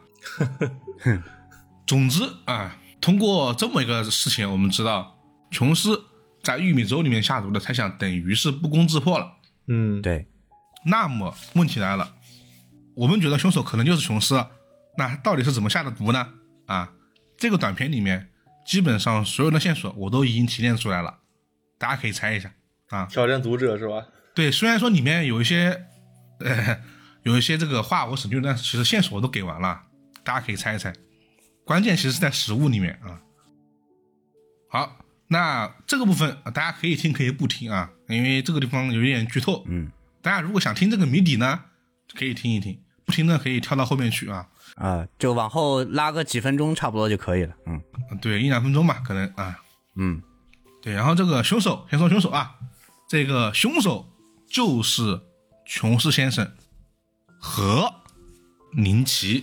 总之通过这么一个事情，我们知道琼斯在玉米粥里面下毒的猜想等于是不攻自破了。 对。 那么问题来了，我们觉得凶手可能就是琼斯，那到底是怎么下的毒呢？这个短片里面基本上所有的线索我都已经提炼出来了，大家可以猜一下挑战读者是吧？ 对，虽然说里面有一些这个话我省略，但是其实线索我都给完了，大家可以猜一猜。关键其实是在食物里面好，那这个部分大家可以听可以不听因为这个地方有一点剧透。大家如果想听这个谜底呢，可以听一听，不听呢可以跳到后面去就往后拉个几分钟差不多就可以了。 对，1-2分钟吧可能对，然后这个凶手，先说凶手这个凶手就是琼斯先生和林奇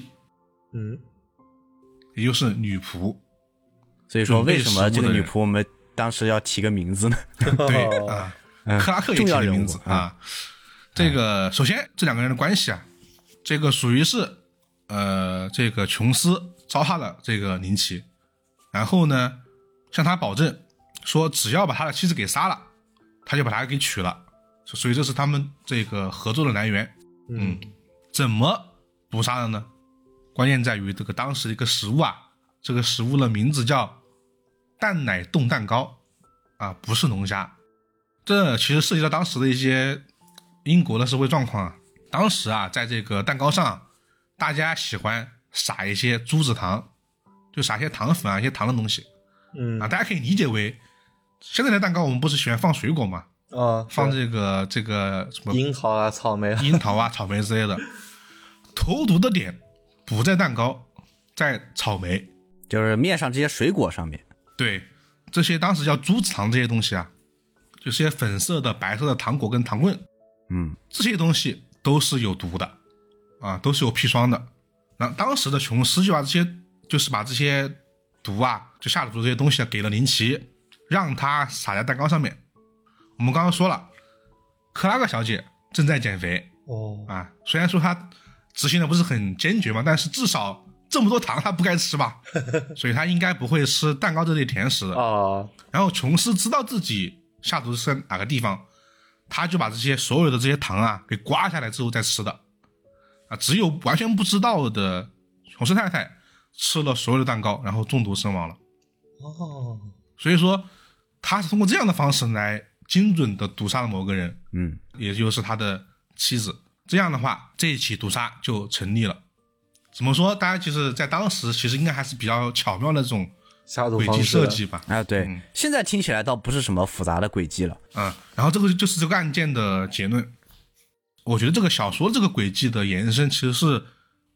也就是女仆。 所以说为什么这个女仆我们当时要提个名字呢？ 对克拉克也提个名字这个首先这两个人的关系这个属于是这个琼斯糟蹋了这个林奇，然后呢向他保证说只要把他的妻子给杀了，他就把他给娶了，所以这是他们这个合作的来源。怎么毒杀的呢？关键在于这个当时一个食物这个食物的名字叫蛋奶冻蛋糕不是龙虾。这其实涉及到当时的一些英国的社会状况当时在这个蛋糕上大家喜欢撒一些珠子糖，就撒一些糖粉一些糖的东西大家可以理解为现在的蛋糕我们不是喜欢放水果吗放这个什么樱桃草莓草莓之类的。投毒的点不在蛋糕，在草莓， 就是面上这些水果上面。 对，这些当时叫珠子糖这些东西就是些粉色的白色的糖果跟糖棍这些东西都是有毒的都是有砒霜的。那当时的琼斯就把这些毒就下了毒这些东西给了林奇，让他撒在蛋糕上面。我们刚刚说了，克拉克小姐正在减肥虽然说她执行的不是很坚决嘛，但是至少这么多糖她不该吃吧所以她应该不会吃蛋糕这类甜食的然后琼斯知道自己下毒是哪个地方，他就把所有的这些糖给刮下来之后再吃的只有完全不知道的琼斯太太吃了所有的蛋糕，然后中毒身亡了所以说他是通过这样的方式来精准的毒杀了某个人也就是他的妻子。这样的话这一起毒杀就成立了。怎么说，大家其实在当时其实应该还是比较巧妙的这种轨迹设计吧对现在听起来倒不是什么复杂的轨迹了然后这个就是这个案件的结论。我觉得这个小说这个轨迹的延伸其实是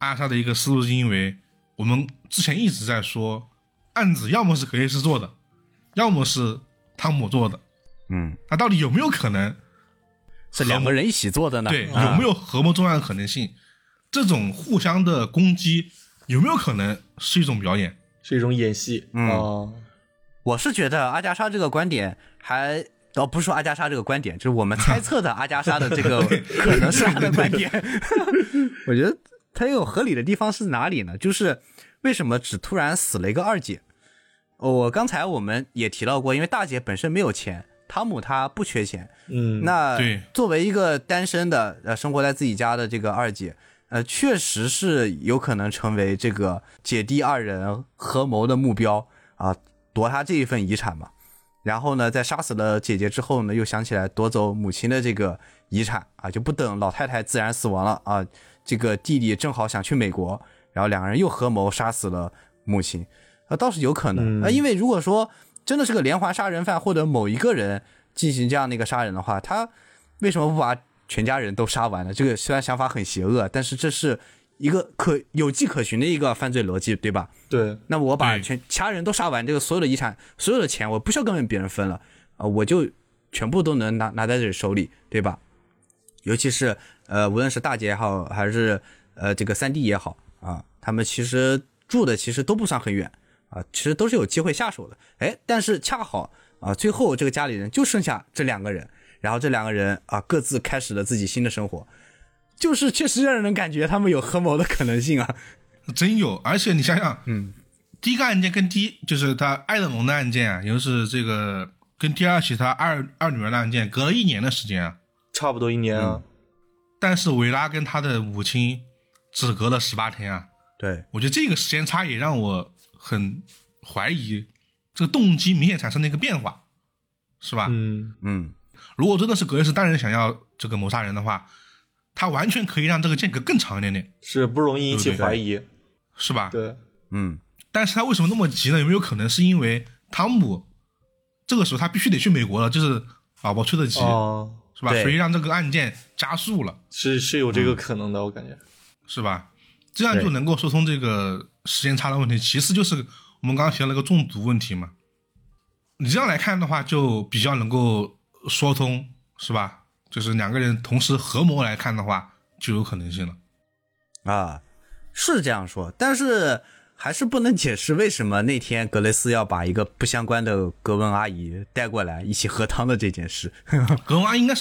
阿莎的一个思路，是因为我们之前一直在说，案子要么是格雷斯做的，要么是汤姆做的。那到底有没有可能是两个人一起做的呢？ 对，有没有合谋作案的可能性？这种互相的攻击有没有可能是一种表演， 是一种演戏？ 我是觉得阿加莎这个观点还不是说阿加莎这个观点，就是我们猜测的阿加莎的这个可能是他的观点。我觉得他有合理的地方是哪里呢？就是为什么只突然死了一个二姐？刚才我们也提到过，因为大姐本身没有钱，汤姆他不缺钱。那作为一个单身的生活在自己家的这个二姐，确实是有可能成为这个姐弟二人合谋的目标啊，夺他这一份遗产嘛。然后呢，在杀死了姐姐之后呢，又想起来夺走母亲的这个遗产啊，就不等老太太自然死亡了啊，这个弟弟正好想去美国，然后两个人又合谋杀死了母亲，倒是有可能。因为如果说真的是个连环杀人犯或者某一个人进行这样的一个杀人的话，他为什么不把全家人都杀完呢？这个虽然想法很邪恶，但是这是一个有迹可循的一个犯罪逻辑，对吧？ 对。 那么我把家人都杀完，这个所有的遗产、所有的钱，我不需要跟别人分了我就全部都能拿在自己手里，对吧？尤其是无论是大姐也好，还是这个三弟也好啊，他们其实住的其实都不算很远啊，其实都是有机会下手的。但是恰好啊，最后这个家里人就剩下这两个人，然后这两个人啊各自开始了自己新的生活，就是确实让人感觉他们有合谋的可能性啊。 真有。而且你想想，第一个案件跟就是他爱德蒙的案件啊，也就是这个跟第二起他二女儿的案件隔了1年的时间啊， 差不多1年啊。 但是维拉跟他的母亲只隔了18天啊。 对， 我觉得这个时间差也让我很怀疑这个动机明显产生了一个变化，是吧？如果真的是格雷斯单人想要这个谋杀人的话，他完全可以让这个间隔更长一点点， 是不容易引起怀疑， 是吧？ 对， 但是他为什么那么急呢？有没有可能是因为汤姆这个时候他必须得去美国了，就是老婆催得急，是吧？所以让这个案件加速了， 是有这个可能的，我感觉是吧？这样就能够说通这个时间差的问题。其次就是我们刚刚提到那个中毒问题嘛，你这样来看的话，就比较能够说通，是吧？就是两个人同时合谋来看的话，就有可能性了。 啊，是这样说，但是还是不能解释为什么那天格雷斯要把一个不相关的格温阿姨带过来一起喝汤的这件事。 格温阿姨应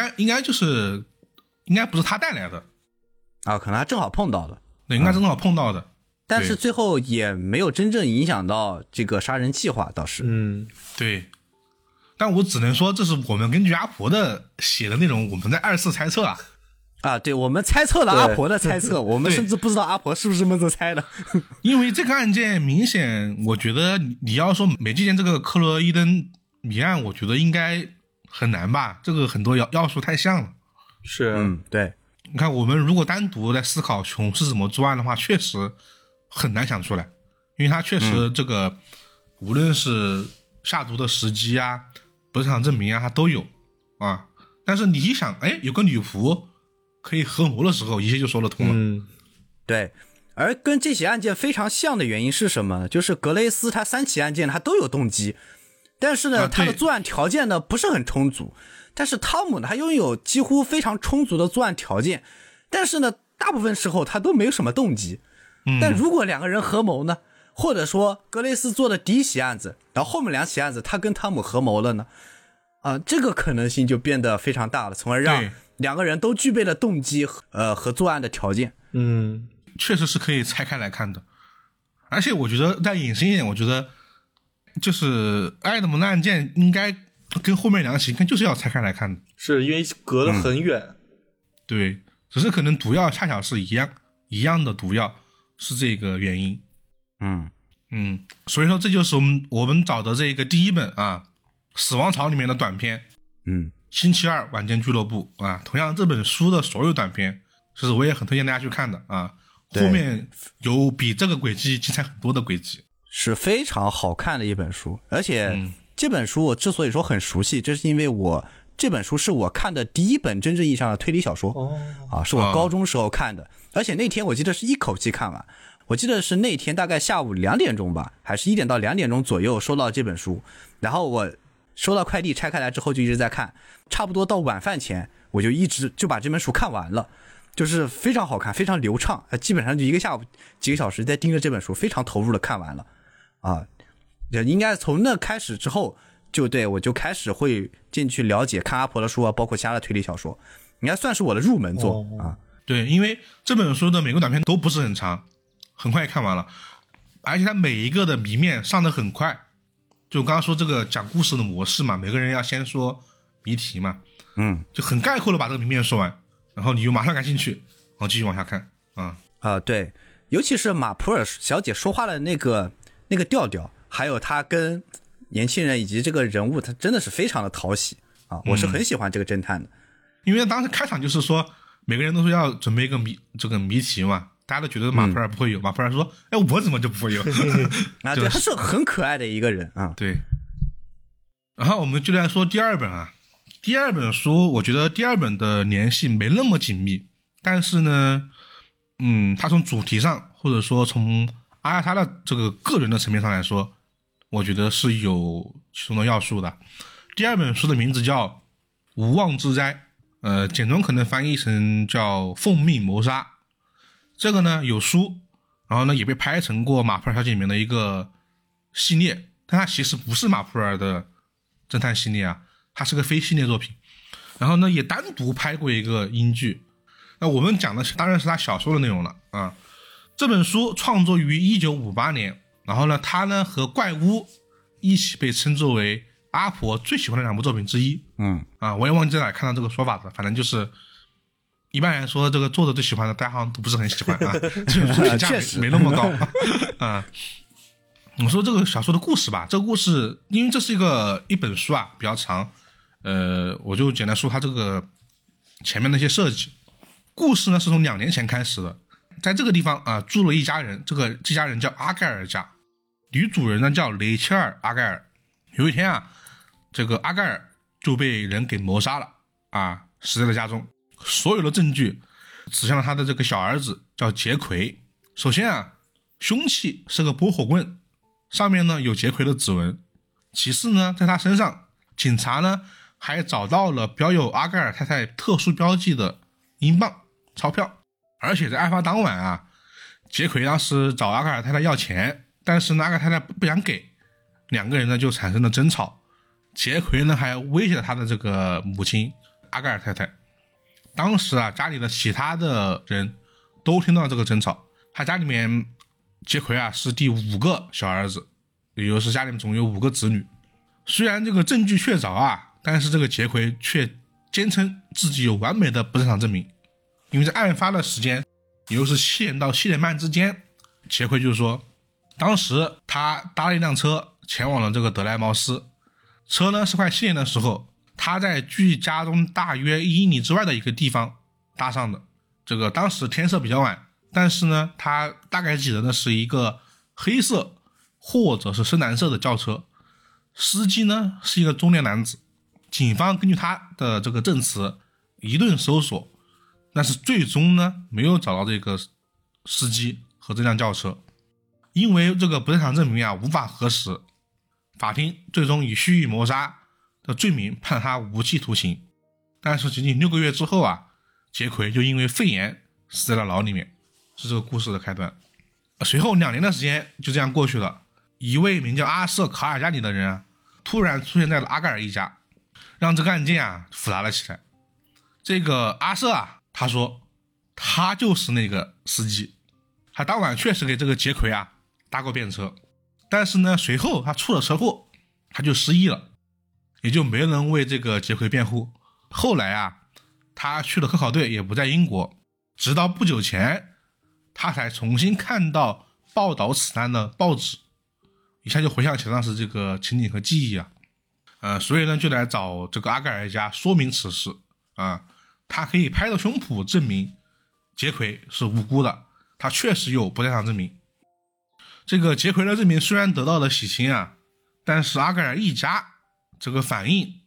该不是他带来的啊，可能他正好碰到的。 对，应该正好碰到的。 但是最后也没有真正影响到这个杀人计划，倒是。 对。但我只能说，这是我们根据阿婆的写的内容，我们在2次猜测啊。 对，我们猜测了阿婆的猜测，我们甚至不知道阿婆是不是这么猜的。 因为这个案件明显，我觉得你要说美利坚这个克洛伊登谜案，我觉得应该很难吧？这个很多要素太像了。 是， 对。 你看，我们如果单独在思考琼是怎么作案的话，确实很难想出来，因为他确实这个无论是下毒的时机啊、本场证明啊，他都有啊。但是你一想，有个女仆可以合谋的时候，一切就说得通了。 对。而跟这起案件非常像的原因是什么呢？就是格雷斯他3起案件他都有动机，但是呢，他的作案条件呢不是很充足。但是汤姆呢，他拥有几乎非常充足的作案条件，但是呢，大部分时候他都没有什么动机。但如果两个人合谋呢，或者说格雷斯做的第一起案子，然后后面2起案子他跟汤姆合谋了呢，这个可能性就变得非常大了，从而让两个人都具备了动机和作案的条件。 确实是可以拆开来看的。而且我觉得再隐身一点，我觉得就是爱德蒙的案件应该跟后面2起就是要拆开来看的， 是因为隔得很远。 对，只是可能毒药恰巧是一样的毒药，是这个原因。所以说这就是我们找的这个第一本啊死亡槽里面的短篇。星期二晚间俱乐部啊，同样这本书的所有短篇，其实我也很推荐大家去看的啊。后面有比这个轨迹精彩很多的轨迹， 是非常好看的一本书。而且这本书我之所以说很熟悉，这是因为我这本书是我看的第一本真正意义上的推理小说，是我高中时候看的，而且那天我记得是一口气看完，我记得是那天大概下午2点钟吧，还是1点到2点钟左右收到这本书，然后我收到快递拆开来之后就一直在看，差不多到晚饭前我就一直就把这本书看完了，就是非常好看，非常流畅，基本上就一个下午几个小时在盯着这本书，非常投入的看完了啊。应该从那开始之后，我就开始会进去了解看阿婆的书啊，包括其他的推理小说，应该算是我的入门作啊。 对，因为这本书的每个短片都不是很长，很快看完了，而且它每一个的谜面上得很快。就刚刚说这个讲故事的模式嘛，每个人要先说谜题嘛，就很概括的把这个谜面说完，然后你就马上感兴趣，然后继续往下看对，尤其是马普尔小姐说话的那个调调，还有她跟年轻人以及这个人物，她真的是非常的讨喜啊！我是很喜欢这个侦探的， 因为当时开场就是说每个人都说要准备一个这个谜题嘛，大家都觉得马普尔不会有，马普尔说：“哎，我怎么就不会有？” 啊，对，他是很可爱的一个人啊。 对。然后我们就来说第二本啊，第二本书，我觉得第二本的联系没那么紧密，但是呢，它从主题上或者说从阿亚塔的这个个人的层面上来说，我觉得是有其中的要素的。第二本书的名字叫《无妄之灾》，简中可能翻译成叫《奉命谋杀》。这个呢有书，然后呢也被拍成过马普尔小姐里面的一个系列，但它其实不是马普尔的侦探系列啊，它是个非系列作品。然后呢也单独拍过一个英剧。那我们讲的当然是他小说的内容了啊。这本书创作于1958年，然后呢他呢和怪屋一起被称作为阿婆最喜欢的2部作品之一。我也忘记在哪看到这个说法了，反正就是一般来说这个作者最喜欢的大家好像都不是很喜欢啊，这个评价没那么高啊。我说这个小说的故事吧，这个故事因为这是一本书啊，比较长，我就简单说它这个前面的一些设计。故事呢是从2年前开始的，在这个地方啊住了一家人，这家人叫阿盖尔家，女主人呢叫雷切尔阿盖尔。有一天啊，这个阿盖尔就被人给谋杀了啊，死在了家中。所有的证据指向了他的这个小儿子叫杰奎。首先啊，凶器是个拨火棍，上面呢有杰奎的指纹。其次呢，在他身上，警察呢还找到了标有阿盖尔太太特殊标记的英镑钞票。而且在案发当晚啊，杰奎当时找阿盖尔太太要钱，但是呢阿盖尔太太不想给，2个人呢就产生了争吵。杰奎呢还威胁了他的这个母亲阿盖尔太太。当时啊，家里的其他的人都听到这个争吵。他家里面杰奎啊是第5个小儿子，也就是家里面总有5个子女。虽然这个证据确凿啊，但是这个杰奎却坚称自己有完美的不在场证明。因为在案发的时间，也就是7点到7点半之间，杰奎就说当时他搭了一辆车前往了这个德莱茅斯，车呢是快7点的时候，他在距家中大约1英里之外的一个地方搭上的。这个当时天色比较晚，但是呢他大概记得的是一个黑色或者是深蓝色的轿车，司机呢是一个中年男子。警方根据他的这个证词一顿搜索，但是最终呢没有找到这个司机和这辆轿车。因为这个不在场证明啊无法核实，法庭最终以蓄意谋杀的罪名判他无期徒刑。但是仅仅6个月之后啊，杰奎就因为肺炎死在了牢里面，是这个故事的开端。随后2年的时间就这样过去了，一位名叫阿瑟卡尔加里的人啊，突然出现在了阿盖尔一家，让这个案件啊复杂了起来。这个阿瑟啊，他说他就是那个司机，他当晚确实给这个杰奎啊搭过便车，但是呢随后他出了车祸，他就失忆了，也就没人为这个杰奎辩护。后来啊，他去了科考队，也不在英国，直到不久前他才重新看到报道此案的报纸，一下就回想起当时这个情景和记忆啊。所以呢就来找这个阿盖尔家说明此事啊。他可以拍着胸脯证明杰奎是无辜的，他确实有不在场证明。这个杰奎的证明虽然得到了洗清啊，但是阿盖尔一家这个反应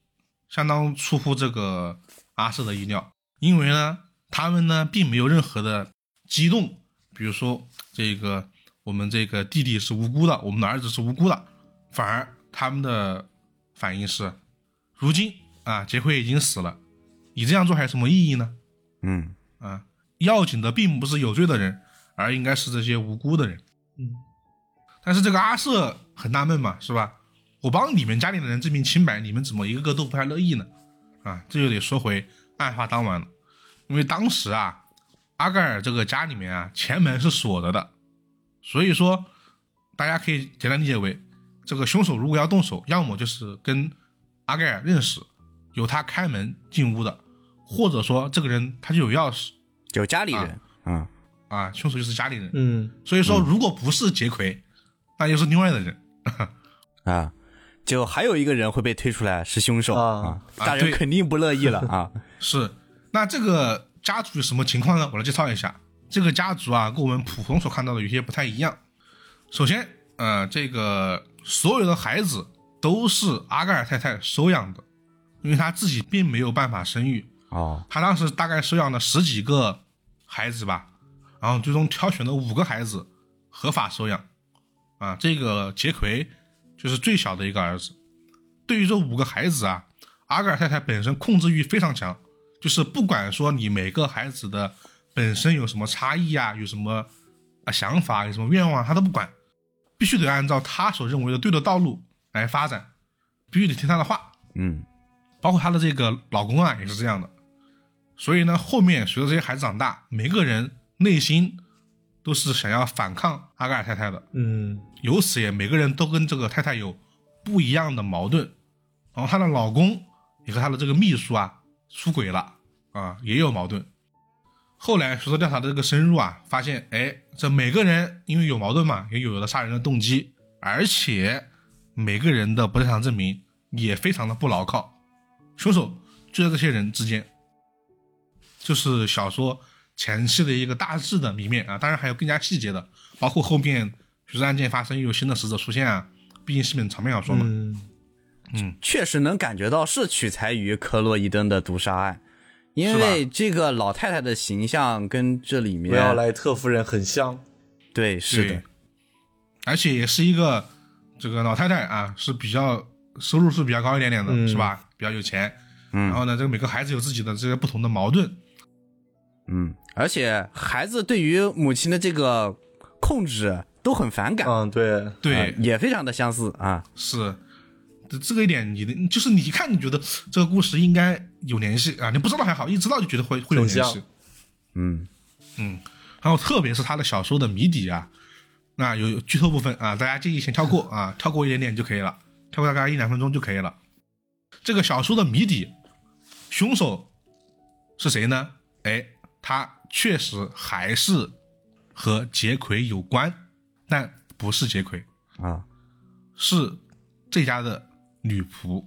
相当出乎这个阿瑟的意料，因为呢，他们呢并没有任何的激动，比如说我们这个弟弟是无辜的，我们的儿子是无辜的，反而他们的反应是，如今杰奎已经死了，你这样做还有什么意义呢？要紧的并不是有罪的人，而应该是这些无辜的人。但是这个阿瑟很纳闷嘛，是吧？我帮你们家里的人证明清白，你们怎么一个个都不太乐意呢？这就得说回案发当晚了。因为当时阿盖尔这个家里面前门是锁着的，所以说大家可以简单理解为，这个凶手如果要动手，要么就是跟阿盖尔认识，由他开门进屋的，或者说这个人他就有钥匙， 有家里人凶手就是家里人。所以说如果不是杰奎，那就是另外的人就还有一个人会被推出来是凶手大人肯定不乐意了是，那这个家族有什么情况呢？我来介绍一下。这个家族跟我们普通所看到的有些不太一样。首先这个所有的孩子都是阿盖尔太太收养的，因为他自己并没有办法生育他当时大概收养了10几个孩子吧，然后最终挑选了5个孩子合法收养这个杰奎就是最小的一个儿子。对于这5个孩子阿盖尔太太本身控制欲非常强，就是不管说你每个孩子的本身有什么差异有什么想法，有什么愿望他都不管，必须得按照他所认为的对的道路来发展，必须得听他的话包括他的这个老公也是这样的。所以呢，后面随着这些孩子长大，每个人内心都是想要反抗阿盖尔太太的由此也每个人都跟这个太太有不一样的矛盾。然后她的老公也和她的这个秘书出轨了也有矛盾。后来随着调查的这个深入发现这每个人因为有矛盾嘛，也有了杀人的动机，而且每个人的不在场证明也非常的不牢靠，凶手就在这些人之间。就是小说前期的一个大致的谜面当然还有更加细节的，包括后面随着案件发生又有新的死者出现毕竟是本长篇小说嘛确实能感觉到是取材于克洛伊登的毒杀案，因为这个老太太的形象跟这里面维奥莱特夫人很像。 对，是的， 而且也是一个这个老太太是比较收入是比较高一点点的是吧，比较有钱然后呢这个每个孩子有自己的这个不同的矛盾而且孩子对于母亲的这个控制都很反感对也非常的相似是这个一点就是你一看你觉得这个故事应该有联系你不知道还好，一知道就觉得会有联系然后特别是他的小说的谜底那有剧透部分大家建议先跳过跳过一点点就可以了，跳过大概1-2分钟就可以了。这个小说的谜底凶手是谁呢？他确实还是和杰奎有关，但不是杰奎是这家的女仆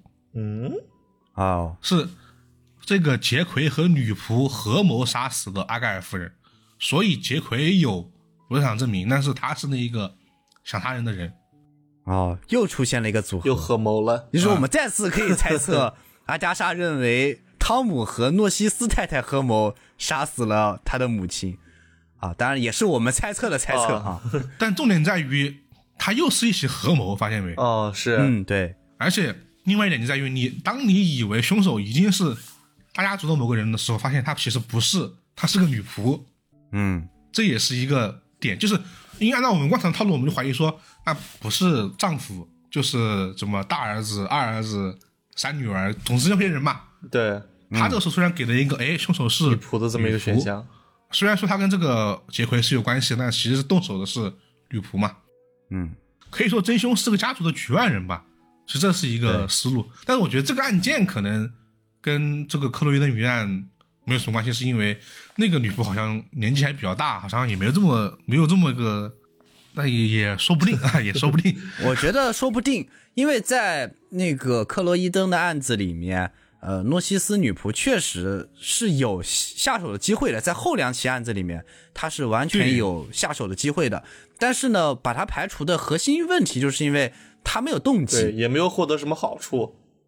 是这个杰奎和女仆合谋杀死的阿盖尔夫人，所以杰奎有不在场证明，但是他是那一个想杀人的人又出现了一个组合， 又合谋了。 就是我们再次可以猜测阿加莎认为汤姆和诺西斯太太合谋杀死了他的母亲当然也是我们猜测的猜测但重点在于他又是一起合谋，发现没？ 是对。 而且另外一点就在于当你以为凶手已经是大家族的某个人的时候，发现他其实不是，他是个女仆这也是一个点，就是因为按照我们惯常套路，我们就怀疑说不是丈夫就是什么大儿子、二儿子、3女儿，总之这些人嘛。 对， 他这个时候虽然给了一个凶手是女仆的这么一个选项， 虽然说他跟这个杰奎是有关系，但其实动手的是女仆嘛。可以说真凶是个家族的局外人吧，其实这是一个思路。但是我觉得这个案件可能跟这个克洛伊登谜案没有什么关系，是因为那个女仆好像年纪还比较大，好像也没有这么个，那也说不定也说不定。 我觉得说不定，因为在那个克洛伊登的案子里面诺西斯女仆确实是有下手的机会的，在后2起案子里面她是完全有下手的机会的，但是呢把她排除的核心问题就是因为她没有动机， 对，也没有获得什么好处。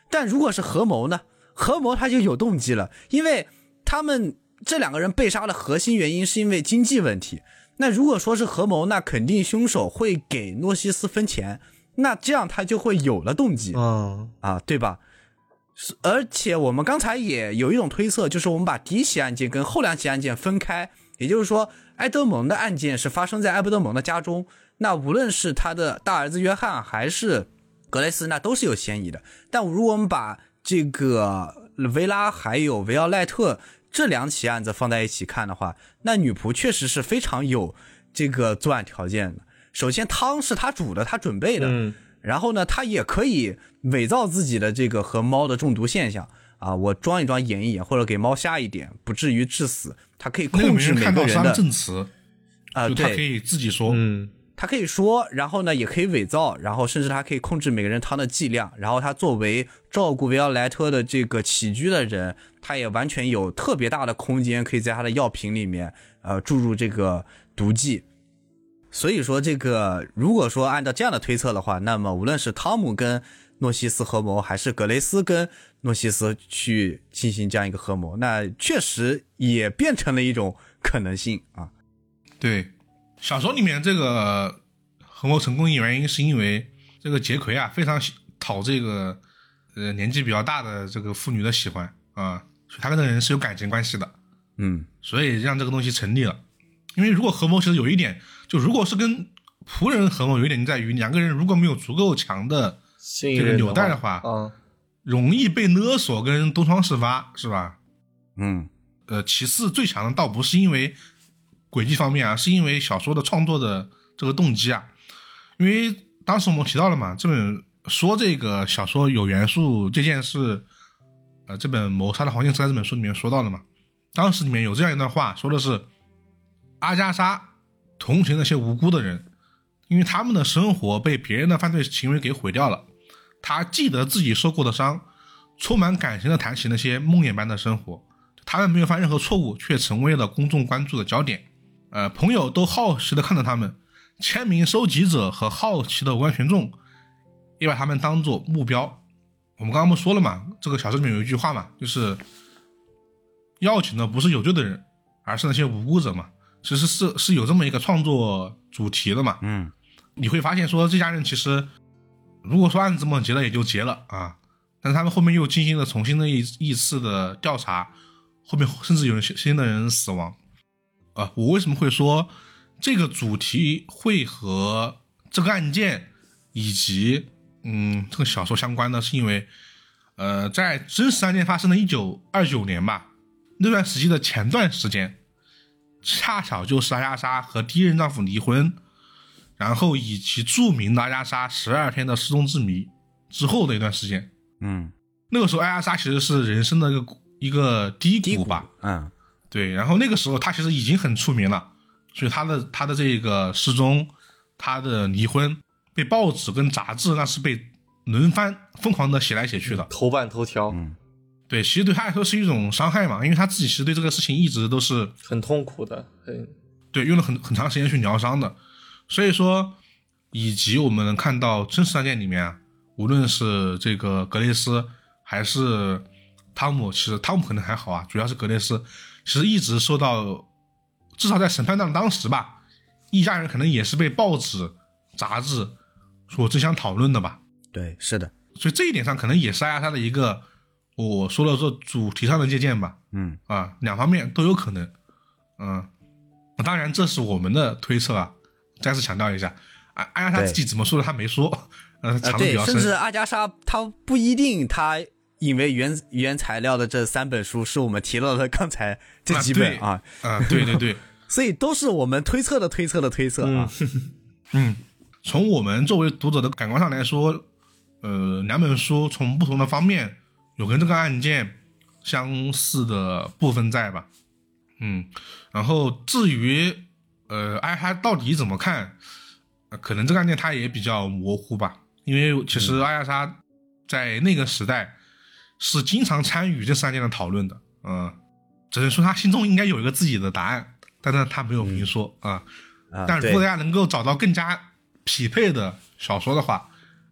但如果是合谋呢？合谋他就有动机了，因为他们这两个人被杀的核心原因是因为经济问题。那如果说是合谋，那肯定凶手会给诺西斯分钱，那这样他就会有了动机，对吧？而且我们刚才也有一种推测，就是我们把第一起案件跟后两起案件分开，也就是说埃德蒙的案件是发生在埃德蒙的家中，那无论是他的大儿子约翰还是格雷斯，那都是有嫌疑的。但如果我们把这个维拉还有维奥赖特这两起案子放在一起看的话，那女仆确实是非常有这个作案条件的。首先汤是他煮的，他准备的，然后呢他也可以伪造自己的这个和猫的中毒现象啊，我装一装演一演，或者给猫下一点，不至于致死。他可以控制每个人的证词啊，对，他可以自己说， 他可以说，然后呢也可以伪造，然后甚至他可以控制每个人汤的剂量，然后他作为照顾维奥莱特的这个起居的人，他也完全有特别大的空间可以在他的药品里面注入这个毒剂。所以说这个如果说按照这样的推测的话，那么无论是汤姆跟诺西斯合谋，还是格雷斯跟诺西斯去进行这样一个合谋，那确实也变成了一种可能性啊。 对，小说里面这个合谋成功的原因是因为这个杰奎啊非常讨这个年纪比较大的这个妇女的喜欢啊，所以他跟这个人是有感情关系的，所以让这个东西成立了。因为如果合谋其实有一点，就如果是跟仆人合谋，有一点在于两个人如果没有足够强的这个纽带的话，容易被勒索跟东窗事发，是吧？其次最强的倒不是因为轨迹方面啊，是因为小说的创作的这个动机啊。因为当时我们提到了嘛，这本说这个小说有元素这件事，这本《谋杀的黄金时代》这本书里面说到了嘛。当时里面有这样一段话，说的是阿加莎同情那些无辜的人，因为他们的生活被别人的犯罪行为给毁掉了。他记得自己受过的伤，充满感情的谈起那些梦魇般的生活，他们没有犯任何错误，却成为了公众关注的焦点。朋友都好奇的看着他们，签名收集者和好奇的围观群众也把他们当作目标。我们刚刚不说了嘛，这个小说里面有一句话嘛，就是要紧的不是有罪的人，而是那些无辜者嘛。其实是有这么一个创作主题的嘛。你会发现说这家人其实如果说案子这么结了也就结了啊，但是他们后面又进行了重新的一次的调查，后面甚至有新的人死亡。我为什么会说这个主题会和这个案件以及这个小说相关呢？是因为在真实案件发生的1929年吧，那段时期的前段时间，恰巧就是阿加莎和第一任丈夫离婚，然后以及著名的阿加莎12天的失踪之谜之后的一段时间。那个时候阿加莎其实是人生的一个低谷吧。对，然后那个时候他其实已经很出名了，所以他的这个失踪，他的离婚被报纸跟杂志那是被轮番疯狂的写来写去的， 头版头条。 对，其实对他来说是一种伤害嘛，因为他自己其实对这个事情一直都是很痛苦的， 对，用了很长时间去疗伤的。所以说以及我们能看到真实案件里面啊，无论是这个格雷斯还是汤姆，其实汤姆可能还好啊，主要是格雷斯其实一直受到，至少在审判当时吧，一家人可能也是被报纸杂志所争相讨论的吧。 对，是的。 所以这一点上可能也是阿加莎的一个我说了说主题上的借鉴吧。两方面都有可能。当然这是我们的推测啊，再次强调一下，阿加莎自己怎么说的他没说，藏得比较深。 对，甚至阿加莎他不一定他引为原材料的这3本书是我们提到的刚才这几本啊。 对对对， 所以都是我们推测的啊。 从我们作为读者的感官上来说，两本书从不同的方面有跟这个案件相似的部分在吧。然后至于他到底怎么看，可能这个案件他也比较模糊吧，因为其实阿加莎在那个时代是经常参与这次案件的讨论的。只能说他心中应该有一个自己的答案，但是他没有明说啊。但如果大家能够找到更加匹配的小说的话，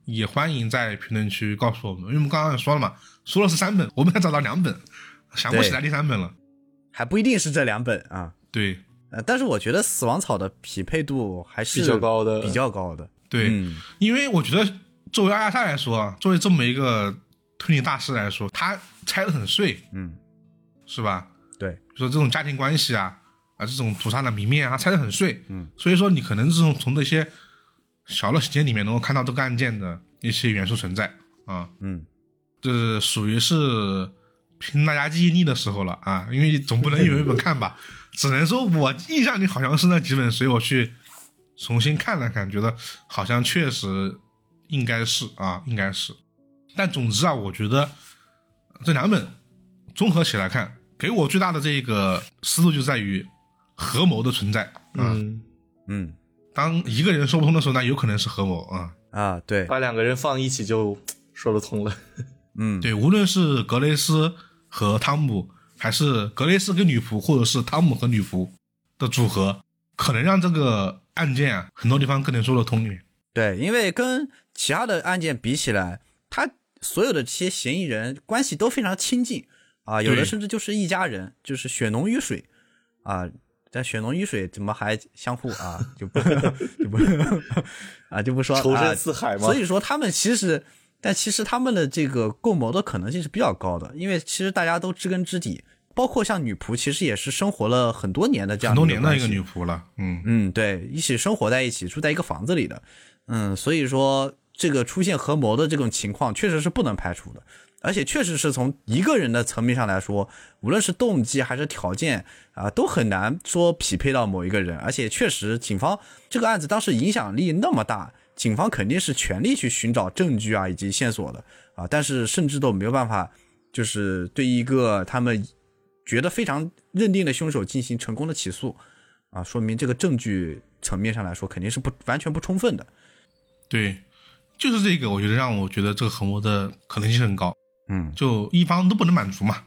也欢迎在评论区告诉我们，因为我们刚刚也说了嘛，说的是3本，我们才找到2本，想不起来第3本了， 还不一定是这2本啊。 对， 但是我觉得死亡草的匹配度还是比较高的。 对，因为我觉得作为阿亚莎来说，作为这么一个推理大师来说，他猜得很碎，是吧？ 对， 比如说这种家庭关系啊，这种屠杀的谜面啊，猜得很碎，所以说你可能是从这些小的细节里面能够看到这个案件的一些元素存在啊，这属于是凭大家记忆力的时候了啊，因为总不能一本一本看吧，只能说我印象里好像是那几本，所以我去重新看了看，觉得好像确实应该是啊，应该是。但总之啊，我觉得这2本综合起来看，给我最大的这个思路就在于合谋的存在啊。当一个人说不通的时候，那有可能是合谋啊。 对， 把2个人放一起就说得通了。 对，无论是格雷斯和汤姆，还是格雷斯跟女仆，或者是汤姆和女仆的组合，可能让这个案件啊很多地方更能说得通一点。 对，因为跟其他的案件比起来，他所有的这些嫌疑人关系都非常亲近啊，有的甚至就是一家人，就是血浓于水啊。但血浓于水怎么还相互啊？就不说仇深似海嘛。 所以说他们其实他们的这个共谋的可能性是比较高的，因为其实大家都知根知底，包括像女仆，其实也是生活了很多年的这样很多年的一个女仆了。 对，一起生活在一起，住在一个房子里的。所以说这个出现合谋的这种情况确实是不能排除的。而且确实是从一个人的层面上来说，无论是动机还是条件都很难说匹配到某一个人。而且确实警方这个案子当时影响力那么大，警方肯定是全力去寻找证据以及线索的但是甚至都没有办法就是对一个他们觉得非常认定的凶手进行成功的起诉说明这个证据层面上来说肯定是完全不充分的。 对，就是这个我觉得让我觉得这个合谋的可能性很高。就一方都不能满足嘛。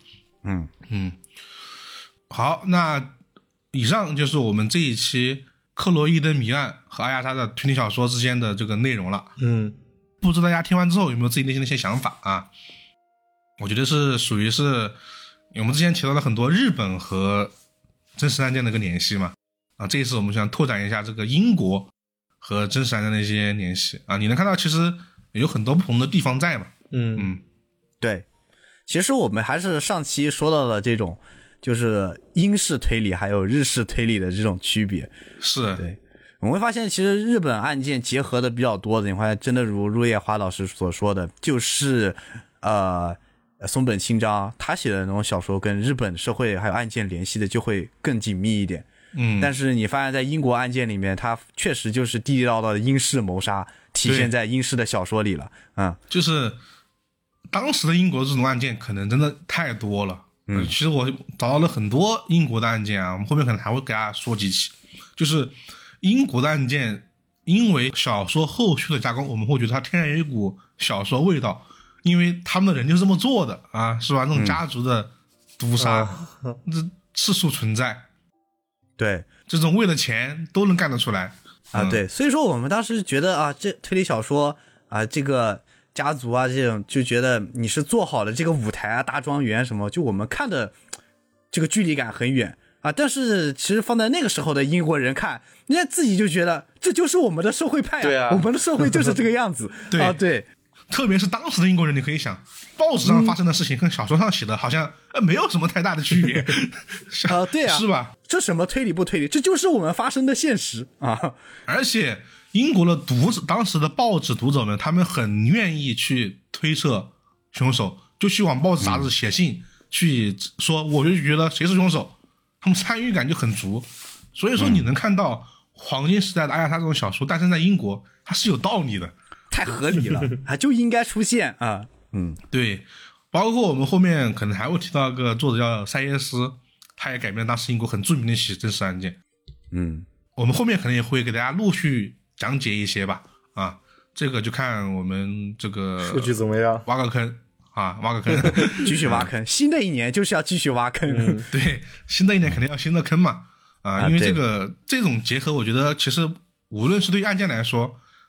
好，那以上就是我们这一期克洛伊登谜案和阿亚莎的推理小说之间的这个内容了。不知道大家听完之后有没有自己内心的一些想法啊？我觉得是属于是我们之前提到了很多日本和真实案件的一个联系嘛。这一次我们想拓展一下这个英国和真实案件的一些联系你能看到其实有很多不同的地方在嘛。 对，其实我们还是上期说到了这种就是英式推理还有日式推理的这种区别。 是， 对，我们会发现其实日本案件结合的比较多的，你发现真的如入叶花老师所说的，就是松本清张他写的那种小说跟日本社会还有案件联系的就会更紧密一点。但是你发现在英国案件里面，它确实就是地地道道的英式谋杀体现在英式的小说里了。 就是当时的英国这种案件可能真的太多了。其实我找到了很多英国的案件我们后面可能还会给大家说几期。就是英国的案件，因为小说后续的加工，我们会觉得它天然有一股小说味道，因为他们的人就是这么做的是吧？那种家族的毒杀，这次数存在。 对， 这种为了钱都能干得出来对，所以说我们当时觉得这推理小说这个家族这种，就觉得你是做好了这个舞台大庄园什么，就我们看的这个距离感很远但是其实放在那个时候的英国人看，人家自己就觉得这就是我们的社会派对我们的社会就是这个样子。对， 特别是当时的英国人，你可以想，报纸上发生的事情跟小说上写的好像没有什么太大的区别对是吧？ 这什么推理不推理，这就是我们发生的现实而且英国的读者，当时的报纸读者们，他们很愿意去推测凶手，就去往报纸杂志写信去说，我就觉得谁是凶手，他们参与感就很足。所以说你能看到黄金时代的阿亚莎这种小说诞生在英国，它是有道理的， 太合理了就应该出现对，包括我们后面可能还会提到一个作者叫塞耶斯，他也改编了当时英国很著名的一起真实案件。我们后面可能也会给大家陆续讲解一些吧这个就看我们这个数据怎么样， 挖个坑挖个坑继续挖坑新的一年就是要继续挖坑对，新的一年肯定要新的坑嘛因为这种结合，我觉得其实无论是对于案件来说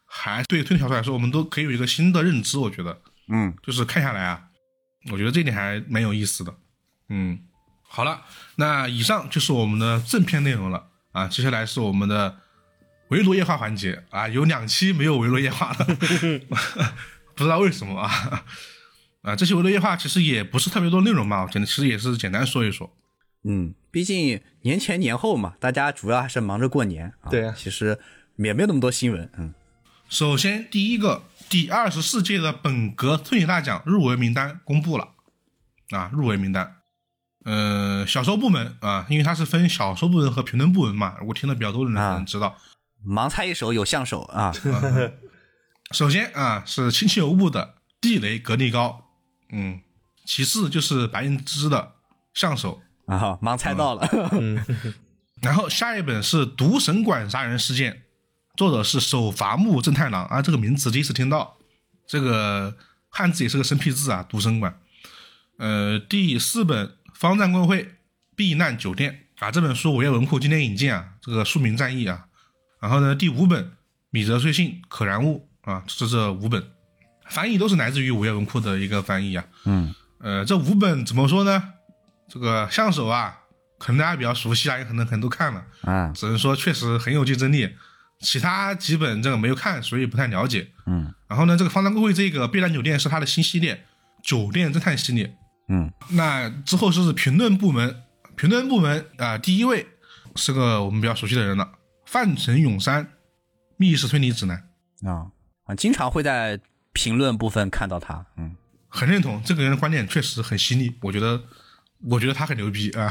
还对推理小说来说，我们都可以有一个新的认知，我觉得，就是看下来啊，我觉得这一点还蛮有意思的。好了，那以上就是我们的正片内容了啊，接下来是我们的维罗夜话环节啊，有2期没有维罗夜话了，不知道为什么啊，这些维罗夜话其实也不是特别多内容嘛，我觉得其实也是简单说一说。 毕竟年前年后嘛，大家主要还是忙着过年啊。 对啊， 其实也没有那么多新闻。 首先第一个，第24届的本格推理大奖入围名单公布了啊，入围名单。小说部门啊，因为它是分小说部门和评论部门嘛，我听了比较多的人可能知道。 盲猜一手有相手啊。 首先啊是清崎有物的地雷格力高，其次就是白银之的相手啊，盲猜到了。 然后下一本是毒神馆杀人事件，作者是手伐木正太郎啊，这个名字第一次听到，这个汉字也是个生僻字啊，毒神馆。第4本方战公会避难酒店啊，这本书午夜文库今天引进啊，这个书名战役啊。然后呢，第5本米泽穗信可燃物啊，这5本翻译都是来自于午夜文库的一个翻译啊。这5本怎么说呢？这个相手啊，可能大家比较熟悉啊，也可能都看了啊，只能说确实很有竞争力。其他几本这个没有看，所以不太了解。然后呢，这个方丈公会这个避难酒店是它的新系列，酒店侦探系列。那之后是评论部门，评论部门啊，第一位是个我们比较熟悉的人了，范城永山密室推理指南啊，经常会在评论部分看到他。 很认同这个人的观点，确实很犀利，我觉得他很牛逼啊。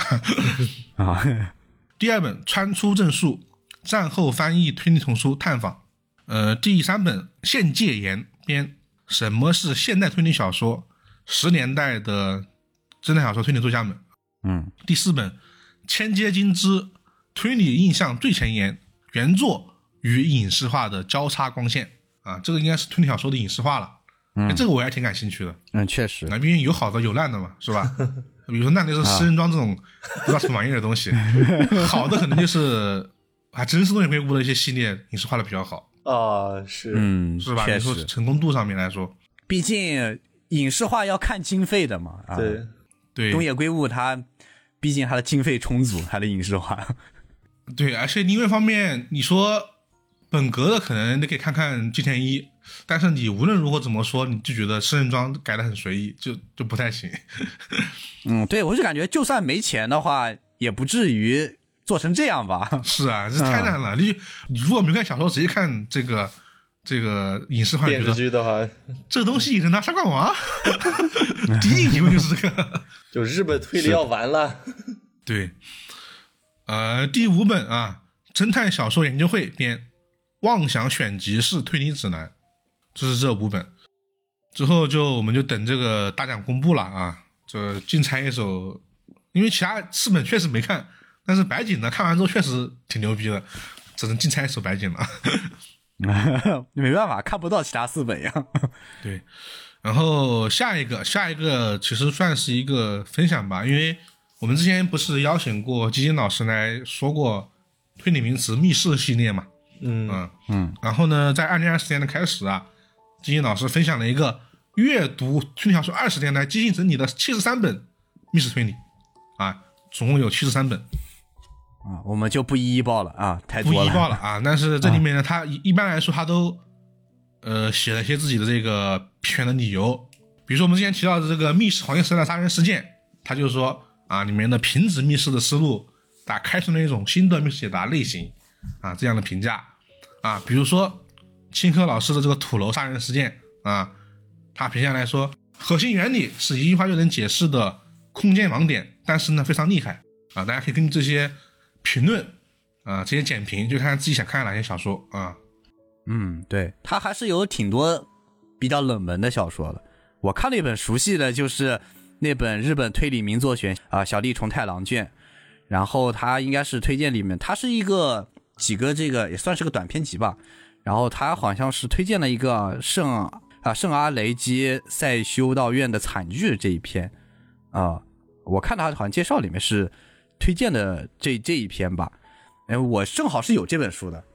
第2本川出正树战后翻译推理丛书探访，第3本现界言编什么是现代推理小说，10年代的侦探小说推理作家们。第4本千阶金枝推理印象最前沿，原作与影视化的交叉光线啊，这个应该是推理小说的影视化了。这个我还挺感兴趣的。 确实， 那毕竟有好的有烂的嘛，是吧？比如说烂的是食人庄这种不知道什么玩意儿的东西，好的可能就是还真实东西回顾的一些系列影视化的比较好啊，是吧？你说成功度上面来说， 毕竟影视化要看经费的嘛。 对， 东野圭吾他毕竟他的经费充足，他的影视化。 对，而且另外一方面，你说本格的可能你可以看看金田一，但是你无论如何怎么说，你就觉得食人庄改得很随意，就不太行。 对，我就感觉就算没钱的话，也不至于做成这样吧。 是啊，这太难了。你如果没看小说，直接看这个影视化电视剧的话， 这东西能拿3冠王？第一疑问就是这个， 就日本推理要完了。 对，第5本啊，侦探小说研究会编妄想选集式推理指南，这是这5本。之后我们就等这个大奖公布了啊，这竞猜一手，因为其他4本确实没看，但是白井呢看完之后确实挺牛逼的，只能竞猜一手白井了。 没办法，看不到其他4本呀。 对，然后下一个其实算是一个分享吧，因为我们之前不是邀请过基金老师来说过推理名词密室系列嘛。然后呢，在2020年的开始啊，基金老师分享了一个阅读推理小说20年来基金整理的73本密室推理啊，总共有73本。 我们就不一一报了啊，太多了。 不一一报了啊，但是这里面呢，他一般来说他都写了一些自己的这个选的理由，比如说我们之前提到的这个密室黄金时代杀人事件，他就说啊，里面的平指密室的思路打开出了一种新的密室解答类型啊，这样的评价啊，比如说青稞老师的这个土楼杀人事件啊，他评价来说核心原理是一句话就能解释的空间网点，但是呢非常厉害啊，大家可以根据这些评论啊，这些简评就看自己想看哪些小说啊。 对，他还是有挺多比较冷门的小说的。我看了一本熟悉的，就是那本日本推理名作选小栗虫太郎卷，然后他应该是推荐里面，他是几个这个也算是个短篇集吧，然后他好像是推荐了一个圣阿雷基赛修道院的惨剧这一篇我看他好像介绍里面是推荐的这一篇吧。我正好是有这本书的，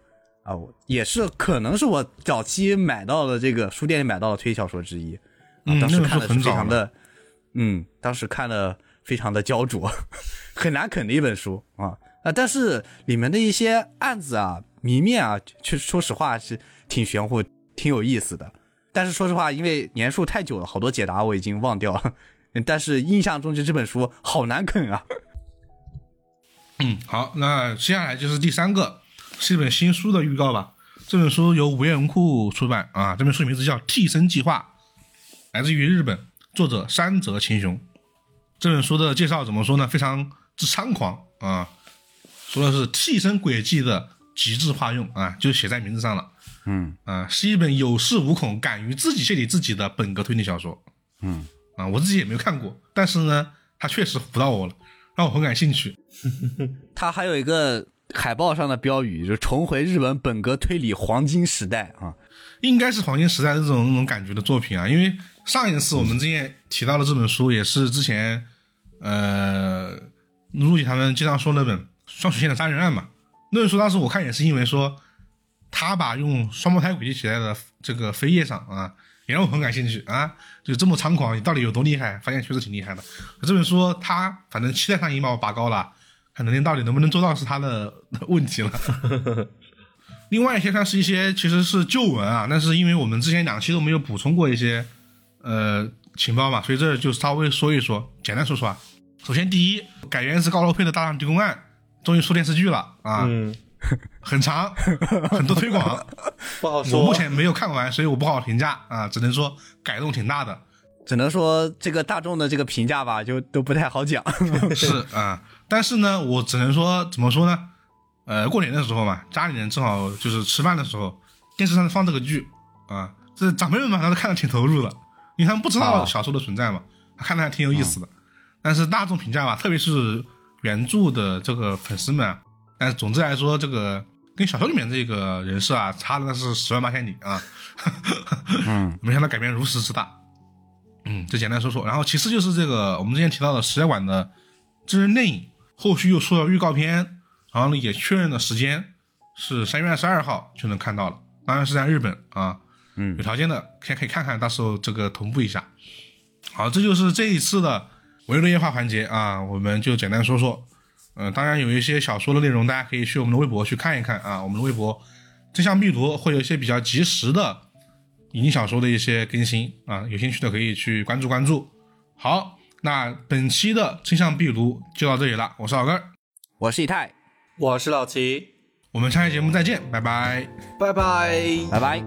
也是可能是我早期买到的这个书店里买到的推理小说之一。当时看的是非常的，当时看的非常的焦灼，很难啃的一本书啊。但是里面的一些案子啊、谜面啊，确实说实话是挺玄乎、挺有意思的。但是说实话，因为年数太久了，好多解答我已经忘掉了。但是印象中就这本书好难啃啊。 好，那接下来就是第3个，是一本新书的预告吧。这本书由无业文库出版啊，这本书名字叫《替身计划》，来自于日本，作者山泽晴雄。这本书的介绍怎么说呢？非常之猖狂啊，说的是替身轨迹的极致化用啊，就写在名字上了。是一本有恃无恐、敢于自己卸底自己的本格推理小说。我自己也没有看过，但是呢，它确实唬到我了，让我很感兴趣。 它还有一个海报上的标语，就重回日本本格推理黄金时代啊， 应该是黄金时代的那种感觉的作品啊。因为上一次我们之前提到的这本书，也是之前陆姐他们经常说那本双曲线的杀人案嘛。那本书当时我看也是因为说他把用双胞胎轨迹写在了这个扉页上啊，也让我很感兴趣啊，就这么猖狂，你到底有多厉害？发现确实挺厉害的。这本书他反正期待上已经把我拔高了，看能力到底能不能做到是他的问题了。另外一些看是一些其实是旧闻啊，但是因为我们之前2期都没有补充过一些情报嘛，所以这就稍微说一说，简单说说啊。首先第一，改编自高楼佩的大唐狄公案终于出电视剧了啊，很长，很多推广， 不好说。 我目前没有看完，所以我不好评价啊，只能说改动挺大的。 只能说这个大众的这个评价吧，就都不太好讲。 是啊，但是呢，我只能说怎么说呢？过年的时候嘛，家里人正好就是吃饭的时候，电视上放这个剧啊，这长辈们嘛，他都看得挺投入的，因为他们不知道小说的存在嘛，他看得还挺有意思的。但是大众评价吧，特别是原著的这个粉丝们啊，但是总之来说，这个跟小说里面这个人设啊，差的是10万8千里啊。没想到改编如此之大。这简单说说。然后其次就是这个我们之前提到的10月馆的真人电影，后续又出了预告片，然后呢也确认了时间是3月22号就能看到了，当然是在日本啊。有条件的现在可以看看，到时候这个同步一下。好，这就是这一次的维罗夜话环节啊，我们就简单说说。当然有一些小说的内容，大家可以去我们的微博去看一看啊。我们的微博真相必读会有一些比较及时的影小说的一些更新啊，有兴趣的可以去关注关注。好，那本期的真相必读就到这里了，我是老根， 我是以太， 我是老齐， 我们下期节目再见，拜拜， 拜拜， 拜拜。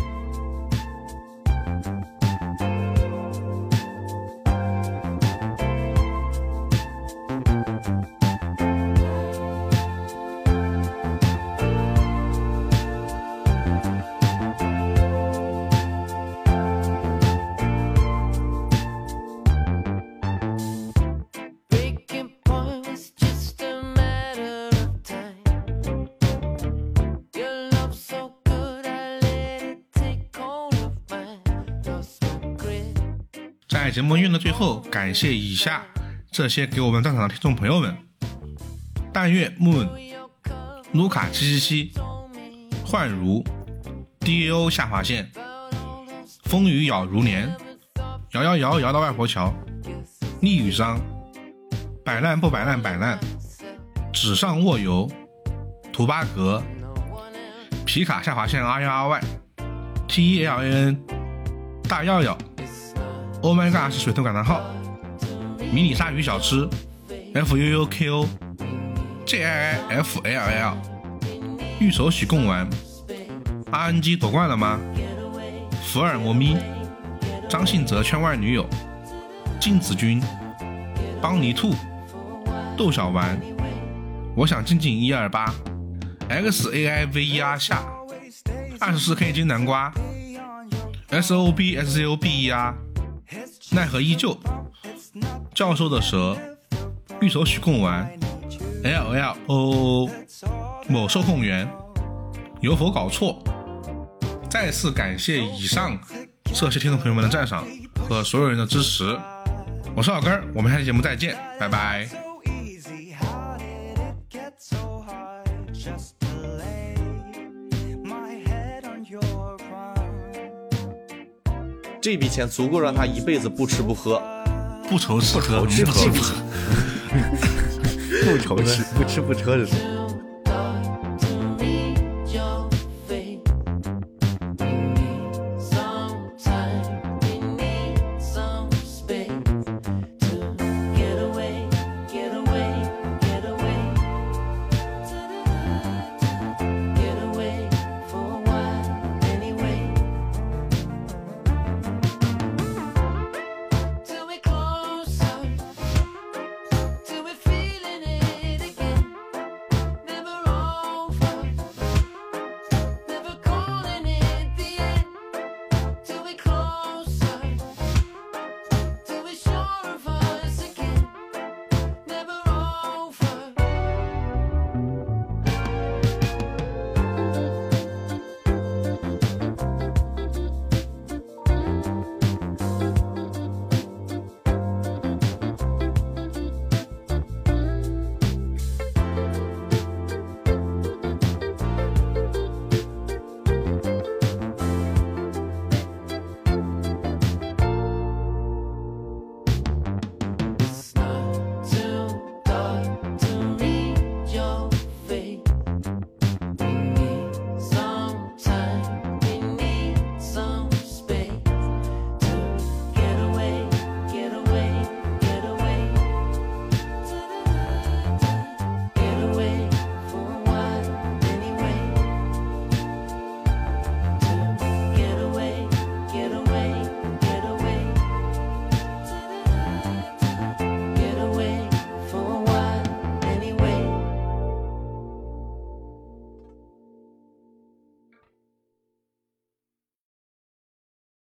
在节目音乐的最后，感谢以下这些给我们赞赏的听众朋友们：淡月 Moon、卢卡777、幻如、DAO 下划线、风雨咬如年、摇摇摇摇到外婆桥、逆雨商、摆烂不摆烂摆烂、纸上卧游、图巴格、皮卡下划线 RYRY、TELAN、大耀耀、Oh my god 是水头感叹号、迷你鲨鱼小吃、FUUKO、JIIFLL、玉手许贡丸、RNG 夺冠了吗？福尔摩咪、张信哲圈外女友、金子君、邦尼兔、窦小丸、我想静静128、XAIVER 下、24K 金南瓜、SOBSCOBER、奈何依旧、教授的蛇、玉手许贡丸、LLOO、某受控员、有否搞错。再次感谢以上这些听众朋友们的赞赏和所有人的支持。我是老根，我们下期节目再见，拜拜。 这笔钱足够让他一辈子不吃不喝， 不愁吃喝， 不愁吃不愁吃不吃不喝的。